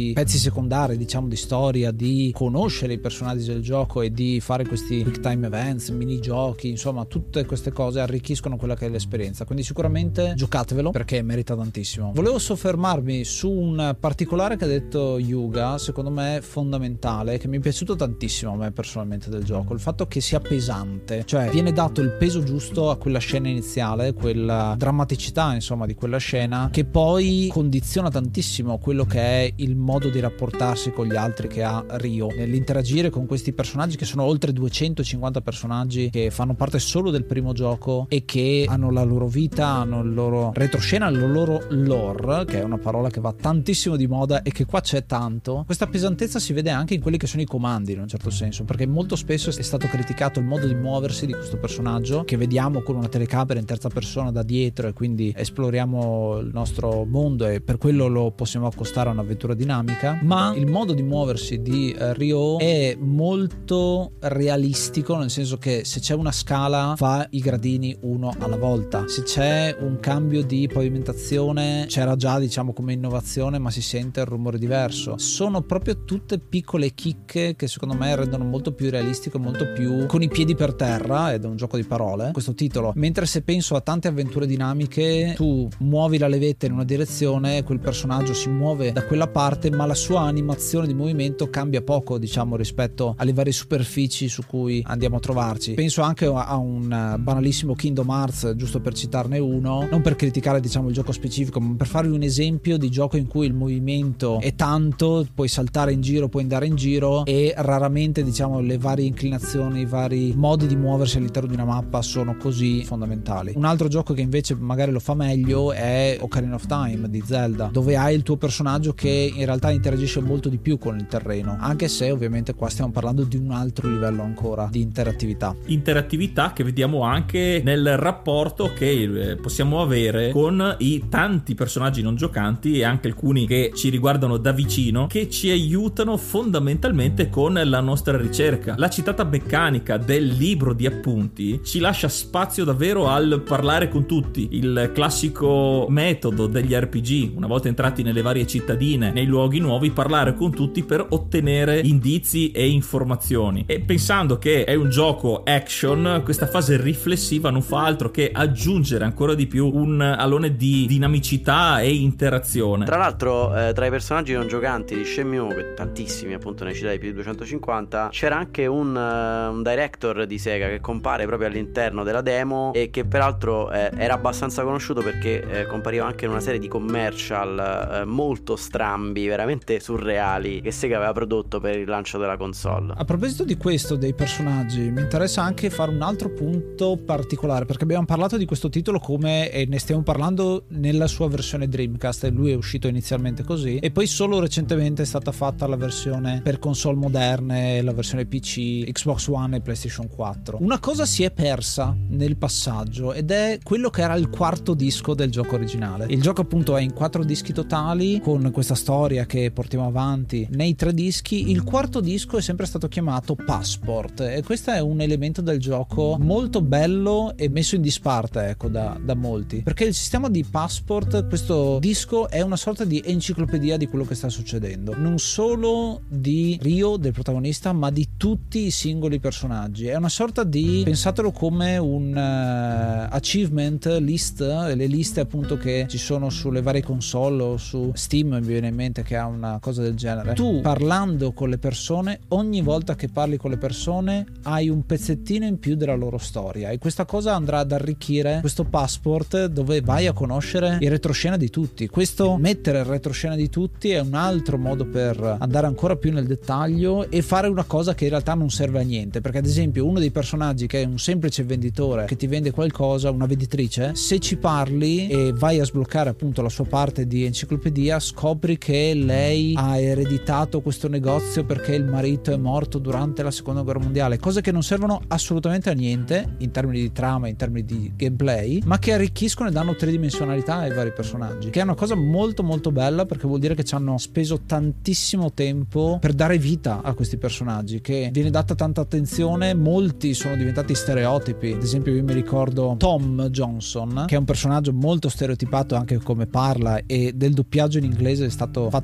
secondari, diciamo, di storia, di conoscere i personaggi del gioco e di fare questi quick time events, minigiochi, insomma tutte queste cose arricchiscono quella che è l'esperienza, quindi sicuramente giocatevelo perché merita tantissimo. Volevo soffermarmi su un particolare che ha detto Yuga, secondo me fondamentale, che mi è piaciuto tantissimo a me personalmente del gioco, il fatto che sia pesante, cioè viene dato il peso giusto a quella scena iniziale, quella drammaticità insomma di quella scena, che poi condiziona tantissimo quello che è il modo di rapportarsi con gli altri che ha Ryo, nell'interagire con questi personaggi che sono oltre 250 personaggi che fanno parte solo del primo gioco e che hanno la loro vita, hanno il loro retroscena, il loro lore, che è una parola che va tantissimo di moda e che qua c'è tanto. Questa pesantezza si vede anche in quelli che sono i comandi in un certo senso, perché molto spesso è stato criticato il modo di muoversi di questo personaggio che vediamo con una telecamera in terza persona da dietro e quindi esploriamo il nostro mondo e per quello lo possiamo accostare a un'avventura dinamica, ma il modo di muoversi di Ryo è molto realistico, nel senso che se c'è una scala fa i gradini uno alla volta, se c'è un cambio di pavimentazione c'era già diciamo come innovazione ma si sente il rumore diverso. Sono proprio tutte piccole chicche che secondo me rendono molto più realistico, molto più con i piedi per terra, ed è un gioco di parole questo titolo, mentre se penso a tante avventure dinamiche tu muovi la levetta in una direzione, quel personaggio si muove da quella parte ma la sua animazione di movimento cambia poco diciamo rispetto alle varie superfici su cui andiamo a trovarci. Penso anche a un banalissimo Kingdom Hearts, giusto per citarne uno, non per criticare diciamo il gioco specifico ma per farvi un esempio di gioco in cui il movimento è tanto, puoi saltare in giro, puoi andare in giro e raramente diciamo le varie inclinazioni, i vari modi di muoversi all'interno di una mappa sono così fondamentali. Un altro gioco che invece magari lo fa meglio è Ocarina of Time di Zelda, dove hai il tuo personaggio che in realtà interagisce molto di più con il terreno, anche se ovviamente qua stiamo parlando di un altro livello ancora di interattività che vediamo anche nel rapporto che possiamo avere con i tanti personaggi non giocanti e anche alcuni che ci riguardano da vicino, che ci aiutano fondamentalmente con la nostra ricerca. La citata meccanica del libro di appunti ci lascia spazio davvero al parlare con tutti, il classico metodo degli RPG, una volta entrati nelle varie cittadine, nei luoghi nuovi, parlare con tutti per ottenere indizi e informazioni. E pensando che è un gioco action, questa fase riflessiva non fa altro che aggiungere ancora di più un alone di dinamicità e interazione. Tra l'altro tra i personaggi non giocanti di Shenmue, tantissimi appunto, ne citai più di 250, c'era anche un director di Sega che compare proprio all'interno della demo e che peraltro era abbastanza conosciuto perché compariva anche in una serie di commercial molto strambi, veramente surreali, che Sega aveva prodotto per il lancio della console. A proposito di questo, dei personaggi, mi interessa anche fare un altro punto particolare, perché abbiamo parlato di questo titolo come, e ne stiamo parlando nella sua versione Dreamcast, e lui è uscito inizialmente così e poi solo recentemente è stata fatta la versione per console moderne, la versione PC, Xbox One e PlayStation 4. Una cosa si è persa nel passaggio ed è quello che era il quarto disco del gioco originale. Il gioco appunto è in 4 dischi totali con questa storia che portiamo avanti nei 3 dischi. Il quarto disco è sempre stato chiamato Passport e questo è un elemento del gioco molto bello e messo in disparte, ecco, da molti, perché il sistema di Passport, questo disco, è una sorta di enciclopedia di quello che sta succedendo, non solo di Ryo, del protagonista, ma di tutti i singoli personaggi. È una sorta di, pensatelo come un achievement list, le liste appunto che ci sono sulle varie console o su Steam, mi viene in mente che ha una cosa del genere. Tu parlando con le persone, ogni volta che parli con le persone hai un pezzettino in più della loro storia e questa cosa andrà ad arricchire questo Passport, dove vai a conoscere il retroscena di tutti. Questo mettere il retroscena di tutti è un altro modo per andare ancora più nel dettaglio e fare una cosa che in realtà non serve a niente, perché ad esempio uno dei personaggi che è un semplice venditore che ti vende qualcosa, una venditrice, se ci parli e vai a sbloccare appunto la sua parte di enciclopedia, scopri che lei ha ereditato questo negozio perché il marito è morto durante la seconda guerra mondiale, cose che non servono assolutamente a niente in termini di trama, in termini di gameplay, ma che arricchiscono e danno tridimensionalità ai vari personaggi, che è una cosa molto molto bella, perché vuol dire che ci hanno speso tantissimo tempo per dare vita a questi personaggi, che viene data tanta attenzione. Molti sono diventati stereotipi, ad esempio io mi ricordo Tom Johnson, che è un personaggio molto stereotipato anche come parla, e del doppiaggio in inglese è stato fatto abbastanza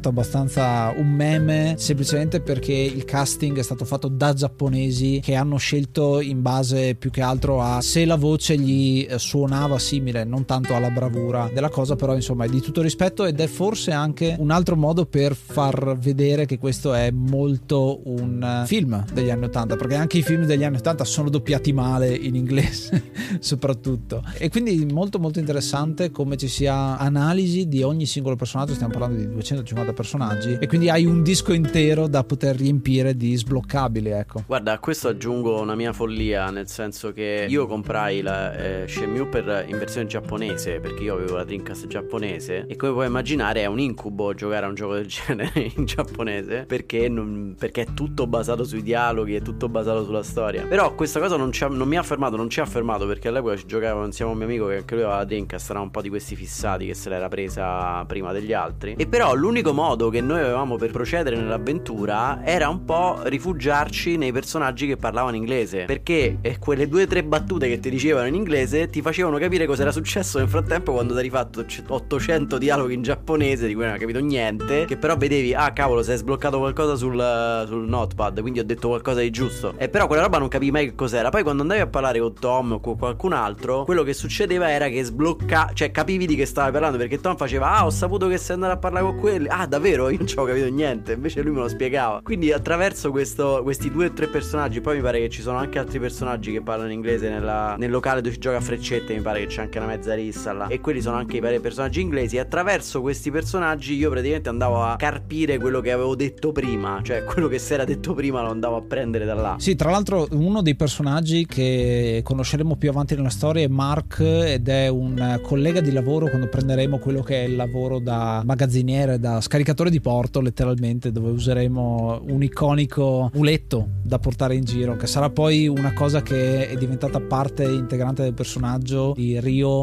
abbastanza un meme, semplicemente perché il casting è stato fatto da giapponesi che hanno scelto in base più che altro a se la voce gli suonava simile, non tanto alla bravura della cosa, però insomma è di tutto rispetto ed è forse anche un altro modo per far vedere che questo è molto un film degli anni 80, perché anche i film degli anni 80 sono doppiati male in inglese soprattutto, e quindi molto molto interessante come ci sia analisi di ogni singolo personaggio. Stiamo parlando di 250 personaggi e quindi hai un disco intero da poter riempire di sbloccabili, ecco. Guarda, a questo aggiungo una mia follia, nel senso che io comprai la Shenmue in versione giapponese, perché io avevo la Dreamcast giapponese, e come puoi immaginare è un incubo giocare a un gioco del genere in giapponese, perché è tutto basato sui dialoghi, è tutto basato sulla storia. Però questa cosa non mi ha fermato, non ci ha fermato, perché all'epoca ci giocavo insieme a un mio amico che anche lui aveva la Dreamcast, era un po' di questi fissati che se l'era presa prima degli altri, e però l'unico modo che noi avevamo per procedere nell'avventura era un po' rifugiarci nei personaggi che parlavano inglese, perché quelle 2 o 3 battute che ti dicevano in inglese ti facevano capire cosa era successo nel frattempo, quando ti eri fatto 800 dialoghi in giapponese di cui non hai capito niente, che però vedevi, ah cavolo, si è sbloccato qualcosa sul notepad, quindi ho detto qualcosa di giusto, e però quella roba non capivi mai che cos'era. Poi quando andavi a parlare con Tom o con qualcun altro, quello che succedeva era che cioè capivi di che stavi parlando, perché Tom faceva, ah ho saputo che sei andato a parlare con quelli, ah davvero? Io non ci avevo capito niente, invece lui me lo spiegava. Quindi attraverso questi 2 o 3 personaggi, poi mi pare che ci sono anche altri personaggi che parlano inglese nel locale dove si gioca a freccette, mi pare che c'è anche una mezza rissa là, e quelli sono anche i vari personaggi inglesi, e attraverso questi personaggi io praticamente andavo a carpire quello che avevo detto prima, cioè quello che si era detto prima lo andavo a prendere da là. Sì, tra l'altro uno dei personaggi che conosceremo più avanti nella storia è Mark, ed è un collega di lavoro quando prenderemo quello che è il lavoro da magazziniere, da scaricatore di porto letteralmente, dove useremo un iconico muletto da portare in giro, che sarà poi una cosa che è diventata parte integrante del personaggio di Ryo,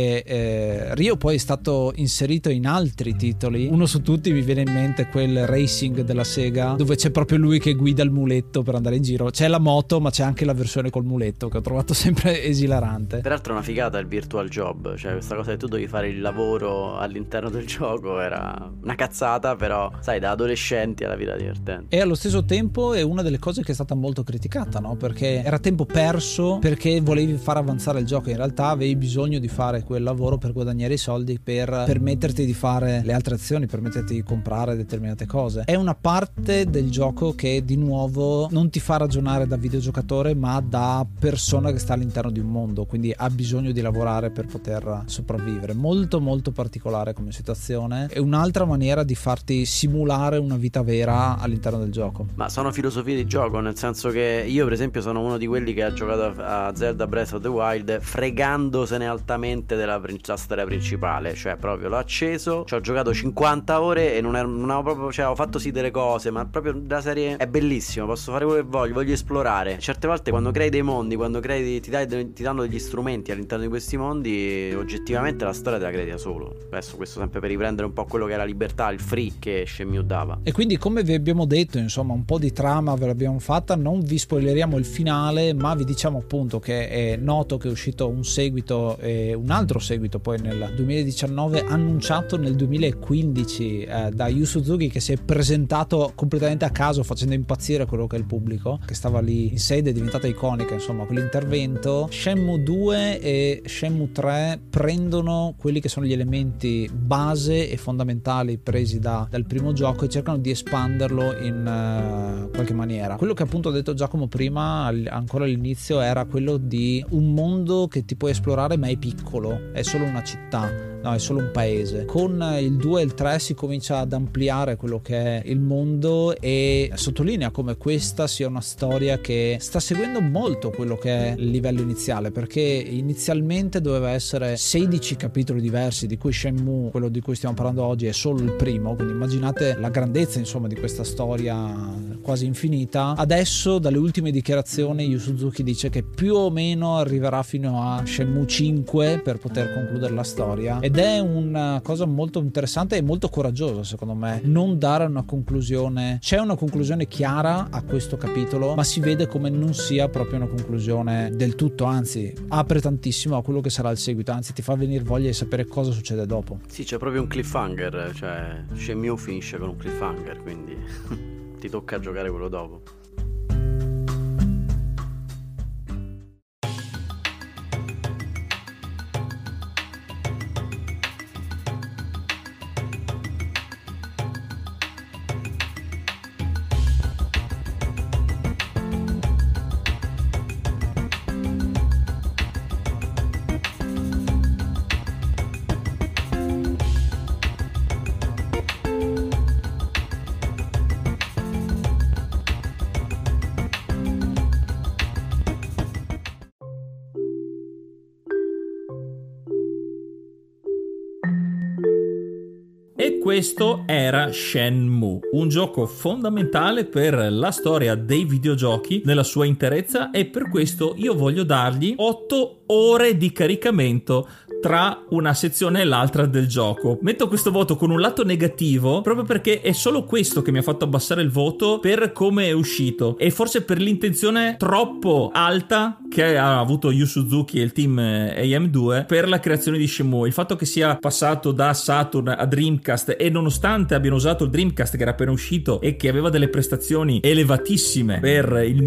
perché Ryo poi è stato inserito in altri titoli. Uno su tutti mi viene in mente quel Racing della Sega, dove c'è proprio lui che guida il muletto per andare in giro. C'è la moto, ma c'è anche la versione col muletto, che ho trovato sempre esilarante. Peraltro è una figata il virtual job, cioè questa cosa che tu dovevi fare il lavoro all'interno del gioco era una cazzata, però sai, da adolescenti alla vita divertente. E allo stesso tempo è una delle cose che è stata molto criticata, no? Perché era tempo perso, perché volevi far avanzare il gioco, in realtà avevi bisogno di fare quel lavoro per guadagnare i soldi, per permetterti di fare le altre azioni, permetterti di comprare determinate cose. È una parte del gioco che di nuovo non ti fa ragionare da videogiocatore, ma da persona che sta all'interno di un mondo, quindi ha bisogno di lavorare per poter sopravvivere. Molto molto particolare come situazione, è un'altra maniera di farti simulare una vita vera all'interno del gioco. Ma sono filosofie di gioco, nel senso che io per esempio sono uno di quelli che ha giocato a Zelda Breath of the Wild fregandosene altamente della storia principale, cioè proprio l'ho acceso, ci ho giocato 50 ore e non avevo proprio, cioè ho fatto sì delle cose, ma proprio la serie è bellissima, posso fare quello che voglio esplorare. Certe volte quando crei dei mondi, quando crei ti danno degli strumenti all'interno di questi mondi, oggettivamente la storia te la credi da solo. Adesso questo sempre per riprendere un po' quello che era libertà, il free che Shenmue dava. E quindi, come vi abbiamo detto, insomma, un po' di trama ve l'abbiamo fatta, non vi spoileriamo il finale, ma vi diciamo appunto che è noto che è uscito un seguito e un altro seguito poi nel 2019, annunciato nel 2015 da Yu Suzuki, che si è presentato completamente a caso facendo impazzire quello che è il pubblico, che stava lì in sede, è diventata iconica insomma quell'intervento. Shenmue 2 e Shenmue 3 prendono quelli che sono gli elementi base e fondamentali presi dal primo gioco e cercano di espanderlo in qualche maniera. Quello che appunto ho detto Giacomo prima, ancora all'inizio, era quello di un mondo che ti puoi esplorare ma è piccolo, è solo una città, no, è solo un paese. Con il 2 e il 3 si comincia ad ampliare quello che è il mondo e sottolinea come questa sia una storia che sta seguendo molto quello che è il livello iniziale, perché inizialmente doveva essere 16 capitoli diversi, di cui Shenmue, quello di cui stiamo parlando oggi, è solo il primo, quindi immaginate la grandezza insomma di questa storia quasi infinita. Adesso dalle ultime dichiarazioni Yu Suzuki dice che più o meno arriverà fino a Shenmue 5 per poter concludere la storia, ed è una cosa molto interessante e molto coraggiosa secondo me, non dare una conclusione. C'è una conclusione chiara a questo capitolo, ma si vede come non sia proprio una conclusione del tutto, anzi apre tantissimo a quello che sarà il seguito, anzi ti fa venire voglia di sapere cosa succede dopo. Sì, c'è proprio un cliffhanger, cioè Shenmue finisce con un cliffhanger, quindi ti tocca giocare quello dopo. E questo era Shenmue, un gioco fondamentale per la storia dei videogiochi nella sua interezza, e per questo io voglio dargli 8 ore di caricamento tra una sezione e l'altra del gioco. Metto questo voto con un lato negativo proprio perché è solo questo che mi ha fatto abbassare il voto per come è uscito, e forse per l'intenzione troppo alta che ha avuto Yu Suzuki e il team AM2 per la creazione di Shenmue. Il fatto che sia passato da Saturn a Dreamcast, e nonostante abbiano usato il Dreamcast che era appena uscito e che aveva delle prestazioni elevatissime per il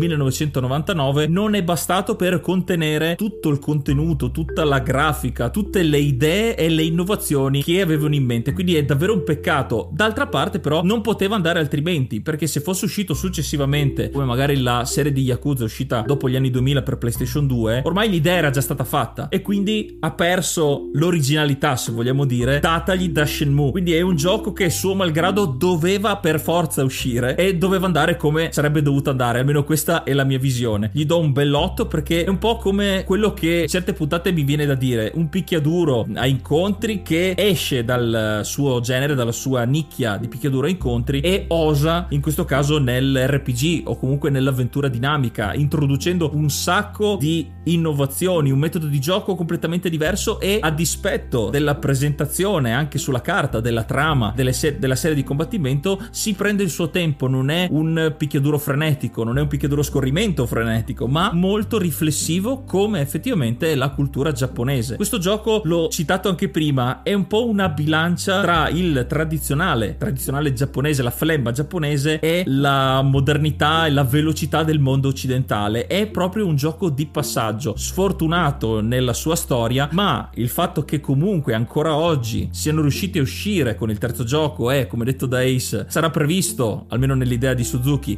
1999, non è bastato per contenere tutto il contenuto, tutta la grafica, tutte le idee e le innovazioni che avevano in mente. Quindi è davvero un peccato. D'altra parte però non poteva andare altrimenti, perché se fosse uscito successivamente, come magari la serie di Yakuza uscita dopo gli anni 2000 per PlayStation 2, ormai l'idea era già stata fatta e quindi ha perso l'originalità, se vogliamo dire, datagli da Shenmue. Quindi è un gioco che suo malgrado doveva per forza uscire e doveva andare come sarebbe dovuto andare, almeno questa è la mia visione. Gli do un bell'otto perché è un po' come quello che certe puntate mi viene da dire, un picchiaduro a incontri che esce dal suo genere, dalla sua nicchia di picchiaduro a incontri, e osa in questo caso nell'RPG o comunque nell'avventura dinamica, introducendo un sacco di innovazioni, un metodo di gioco completamente diverso, e a dispetto della presentazione anche sulla carta della trama della serie di combattimento si prende il suo tempo. Non è un picchiaduro frenetico, non è un picchiaduro scorrimento frenetico, ma molto riflessivo come effettivamente è la cultura giapponese. Questo gioco, l'ho citato anche prima, è un po' una bilancia tra il tradizionale giapponese, la flemma giapponese, e la modernità e la velocità del mondo occidentale. È proprio un gioco di passaggio, sfortunato nella sua storia, ma il fatto che comunque ancora oggi siano riusciti a uscire con il terzo gioco e, come detto da Ace, sarà previsto, almeno nell'idea di Suzuki,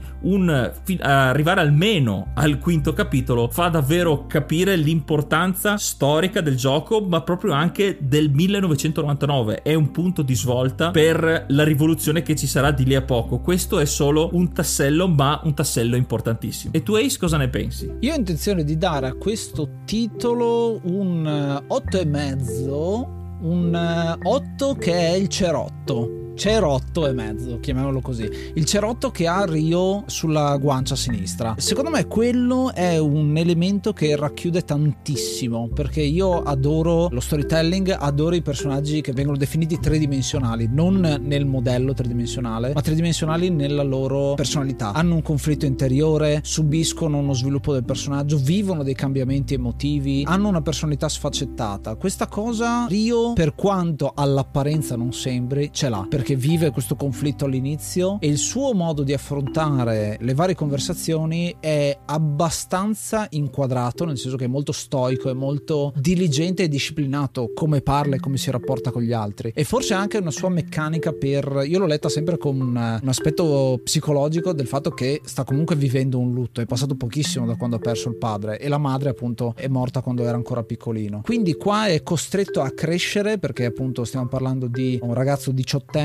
arrivare almeno al quinto capitolo, fa davvero capire l'importanza storica del gioco, ma proprio anche del 1999. È un punto di svolta per la rivoluzione che ci sarà di lì a poco. Questo è solo un tassello, ma un tassello importantissimo. E tu, Ace, cosa ne pensi? Io ho intenzione di dare a questo titolo un 8,5, un 8 che è il cerotto e mezzo, chiamiamolo così, il cerotto che ha Ryo sulla guancia sinistra. Secondo me quello è un elemento che racchiude tantissimo, perché io adoro lo storytelling, adoro i personaggi che vengono definiti tridimensionali, non nel modello tridimensionale, ma tridimensionali nella loro personalità. Hanno un conflitto interiore, subiscono uno sviluppo del personaggio, vivono dei cambiamenti emotivi, hanno una personalità sfaccettata. Questa cosa Ryo, per quanto all'apparenza non sembri, ce l'ha, perché vive questo conflitto all'inizio, e il suo modo di affrontare le varie conversazioni è abbastanza inquadrato, nel senso che è molto stoico, è molto diligente e disciplinato come parla e come si rapporta con gli altri, e forse anche una sua meccanica io l'ho letta sempre con un aspetto psicologico del fatto che sta comunque vivendo un lutto, è passato pochissimo da quando ha perso il padre, e la madre appunto è morta quando era ancora piccolino, quindi qua è costretto a crescere, perché appunto stiamo parlando di un ragazzo diciottenne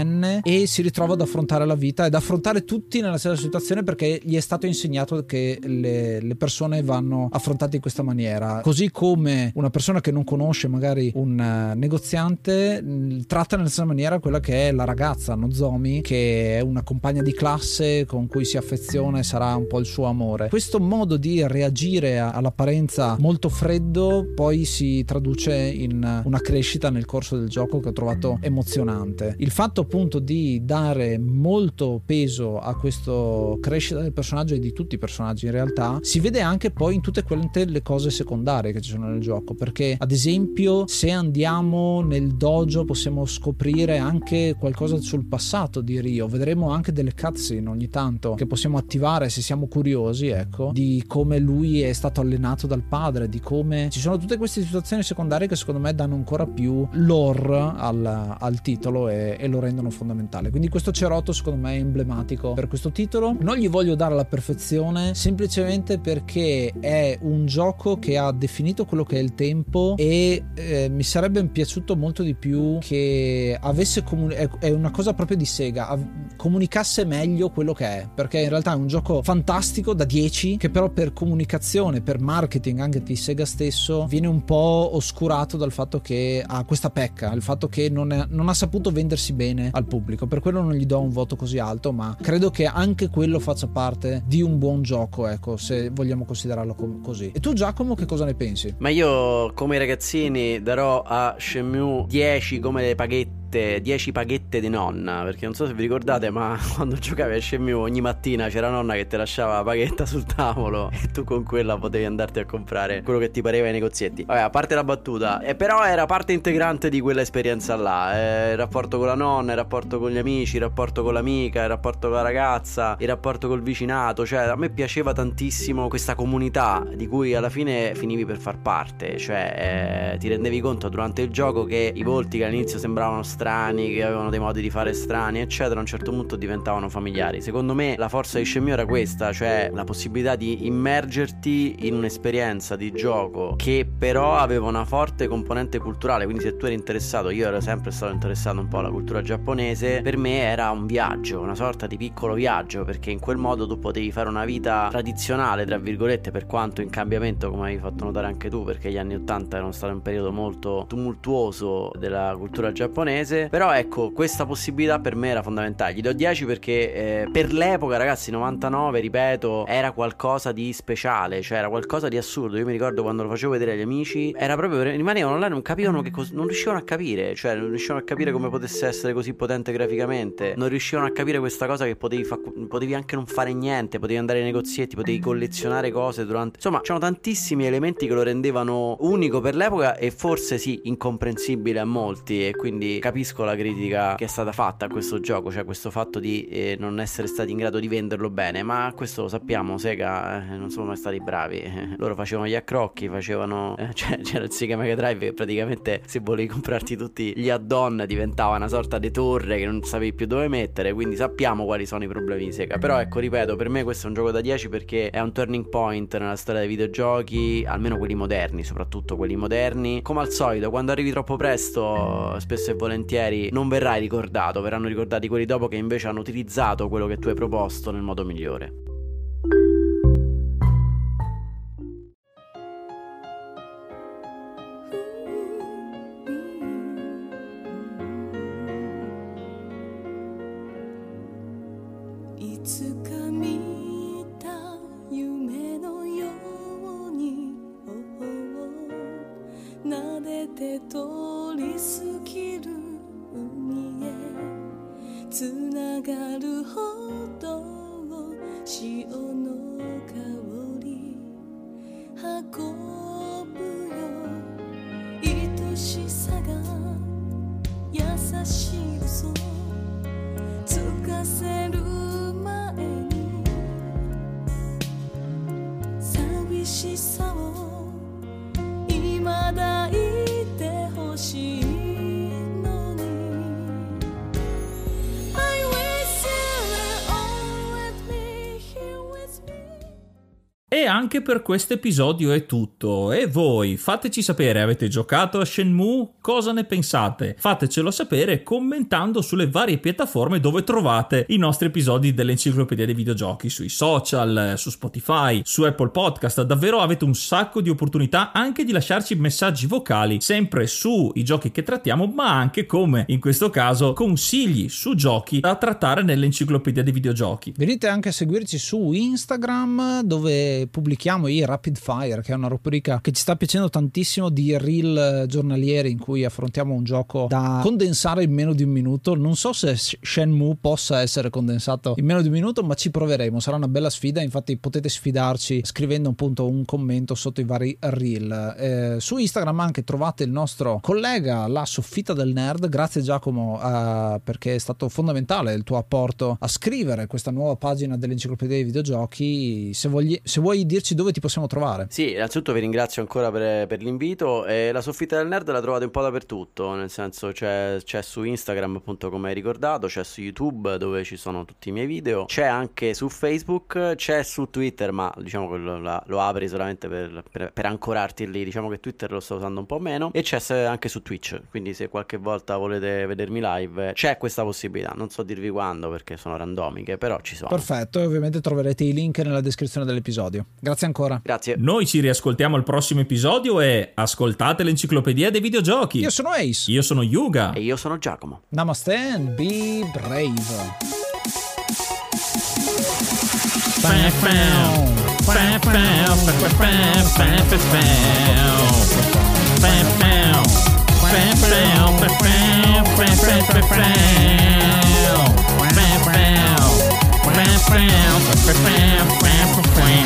diciottenne e si ritrova ad affrontare la vita ed affrontare tutti nella stessa situazione, perché gli è stato insegnato che le persone vanno affrontate in questa maniera. Così come una persona che non conosce magari un negoziante tratta nella stessa maniera quella che è la ragazza Nozomi, che è una compagna di classe con cui si affeziona e sarà un po' il suo amore. Questo modo di reagire all'apparenza molto freddo poi si traduce in una crescita nel corso del gioco che ho trovato emozionante. Il fatto appunto di dare molto peso a questo crescita del personaggio e di tutti i personaggi in realtà si vede anche poi in tutte le cose secondarie che ci sono nel gioco, perché ad esempio se andiamo nel dojo possiamo scoprire anche qualcosa sul passato di Ryo, vedremo anche delle cutscene ogni tanto che possiamo attivare se siamo curiosi, ecco, di come lui è stato allenato dal padre, di come ci sono tutte queste situazioni secondarie che secondo me danno ancora più lore al titolo e lo rendono fondamentale. Quindi questo cerotto secondo me è emblematico per questo titolo. Non gli voglio dare la perfezione semplicemente perché è un gioco che ha definito quello che è il tempo e mi sarebbe piaciuto molto di più che avesse è una cosa proprio di Sega, comunicasse meglio quello che è, perché in realtà è un gioco fantastico da 10 che però per comunicazione, per marketing anche di Sega stesso viene un po' oscurato dal fatto che ha questa pecca, il fatto che non ha saputo vendersi bene al pubblico. Per quello non gli do un voto così alto, ma credo che anche quello faccia parte di un buon gioco, ecco, se vogliamo considerarlo così. E tu Giacomo che cosa ne pensi? Ma io come i ragazzini darò a Shenmue 10 come le paghette 10 paghette di nonna, perché non so se vi ricordate, ma quando giocavi a Shenmue ogni mattina c'era nonna che ti lasciava la paghetta sul tavolo e tu con quella potevi andarti a comprare quello che ti pareva ai negozietti. Vabbè, a parte la battuta, però era parte integrante di quella esperienza là, il rapporto con la nonna, il rapporto con gli amici, il rapporto con l'amica, il rapporto con la ragazza, il rapporto col vicinato. Cioè a me piaceva tantissimo questa comunità di cui alla fine finivi per far parte, cioè ti rendevi conto durante il gioco che i volti che all'inizio sembravano strani, che avevano dei modi di fare strani eccetera, a un certo punto diventavano familiari. Secondo me la forza di Shenmue era questa, cioè la possibilità di immergerti in un'esperienza di gioco che però aveva una forte componente culturale. Quindi se tu eri interessato, io ero sempre stato interessato un po' alla cultura giapponese, per me era un viaggio, una sorta di piccolo viaggio, perché in quel modo tu potevi fare una vita tradizionale tra virgolette, per quanto in cambiamento, come hai fatto notare anche tu, perché gli anni 80 erano stato un periodo molto tumultuoso della cultura giapponese. Però ecco, questa possibilità per me era fondamentale. Gli do 10 perché per l'epoca, ragazzi, 99, ripeto, era qualcosa di speciale, cioè era qualcosa di assurdo. Io mi ricordo quando lo facevo vedere agli amici, era proprio, rimanevano là, non capivano non riuscivano a capire, cioè non riuscivano a capire come potesse essere così potente graficamente, non riuscivano a capire questa cosa che potevi anche non fare niente, potevi andare ai negozietti, potevi collezionare cose durante, insomma c'erano tantissimi elementi che lo rendevano unico per l'epoca e forse sì, incomprensibile a molti. E quindi capisco la critica che è stata fatta a questo gioco, cioè questo fatto di non essere stati in grado di venderlo bene, ma questo lo sappiamo, Sega non sono mai stati bravi, loro facevano gli accrocchi, facevano cioè c'era il Sega Mega Drive che praticamente se volevi comprarti tutti gli add-on diventava una sorta di torre che non sapevi più dove mettere, quindi sappiamo quali sono i problemi di Sega. Però ecco, ripeto, per me questo è un gioco da 10 perché è un turning point nella storia dei videogiochi, almeno quelli moderni, soprattutto quelli moderni. Come al solito, quando arrivi troppo presto, spesso e volentieri non verrai ricordato, verranno ricordati quelli dopo che invece hanno utilizzato quello che tu hai proposto nel modo migliore. E anche per questo episodio è tutto. E voi, fateci sapere, avete giocato a Shenmue? Cosa ne pensate? Fatecelo sapere commentando sulle varie piattaforme dove trovate i nostri episodi dell'Enciclopedia dei Videogiochi, sui social, su Spotify, su Apple Podcast. Davvero avete un sacco di opportunità anche di lasciarci messaggi vocali, sempre sui giochi che trattiamo, ma anche, come in questo caso, consigli su giochi da trattare nell'Enciclopedia dei Videogiochi. Venite anche a seguirci su Instagram, dove pubblichiamo i Rapid Fire, che è una rubrica che ci sta piacendo tantissimo, di reel giornalieri in cui affrontiamo un gioco da condensare in meno di un minuto. Non so se Shenmue possa essere condensato in meno di un minuto, ma ci proveremo, sarà una bella sfida. Infatti potete sfidarci scrivendo appunto un commento sotto i vari reel. Su Instagram anche trovate il nostro collega, la Soffitta del Nerd. Grazie Giacomo, perché è stato fondamentale il tuo apporto a scrivere questa nuova pagina dell'Enciclopedia dei Videogiochi. Se vuoi dirci dove ti possiamo trovare? Sì, innanzitutto vi ringrazio ancora per l'invito. La Soffitta del Nerd la trovate un po' dappertutto, nel senso c'è su Instagram, appunto, come hai ricordato, c'è su YouTube dove ci sono tutti i miei video, c'è anche su Facebook, c'è su Twitter, ma diciamo che lo apri solamente per ancorarti lì. Diciamo che Twitter lo sto usando un po' meno, e c'è anche su Twitch, quindi se qualche volta volete vedermi live c'è questa possibilità. Non so dirvi quando perché sono randomiche, però ci sono. Perfetto, e ovviamente troverete i link nella descrizione dell'episodio. Grazie ancora. Grazie. Noi ci riascoltiamo al prossimo episodio e ascoltate l'Enciclopedia dei Videogiochi. Io sono Ace. Io sono Yuga. E io sono Giacomo. Namaste and be brave. Wow.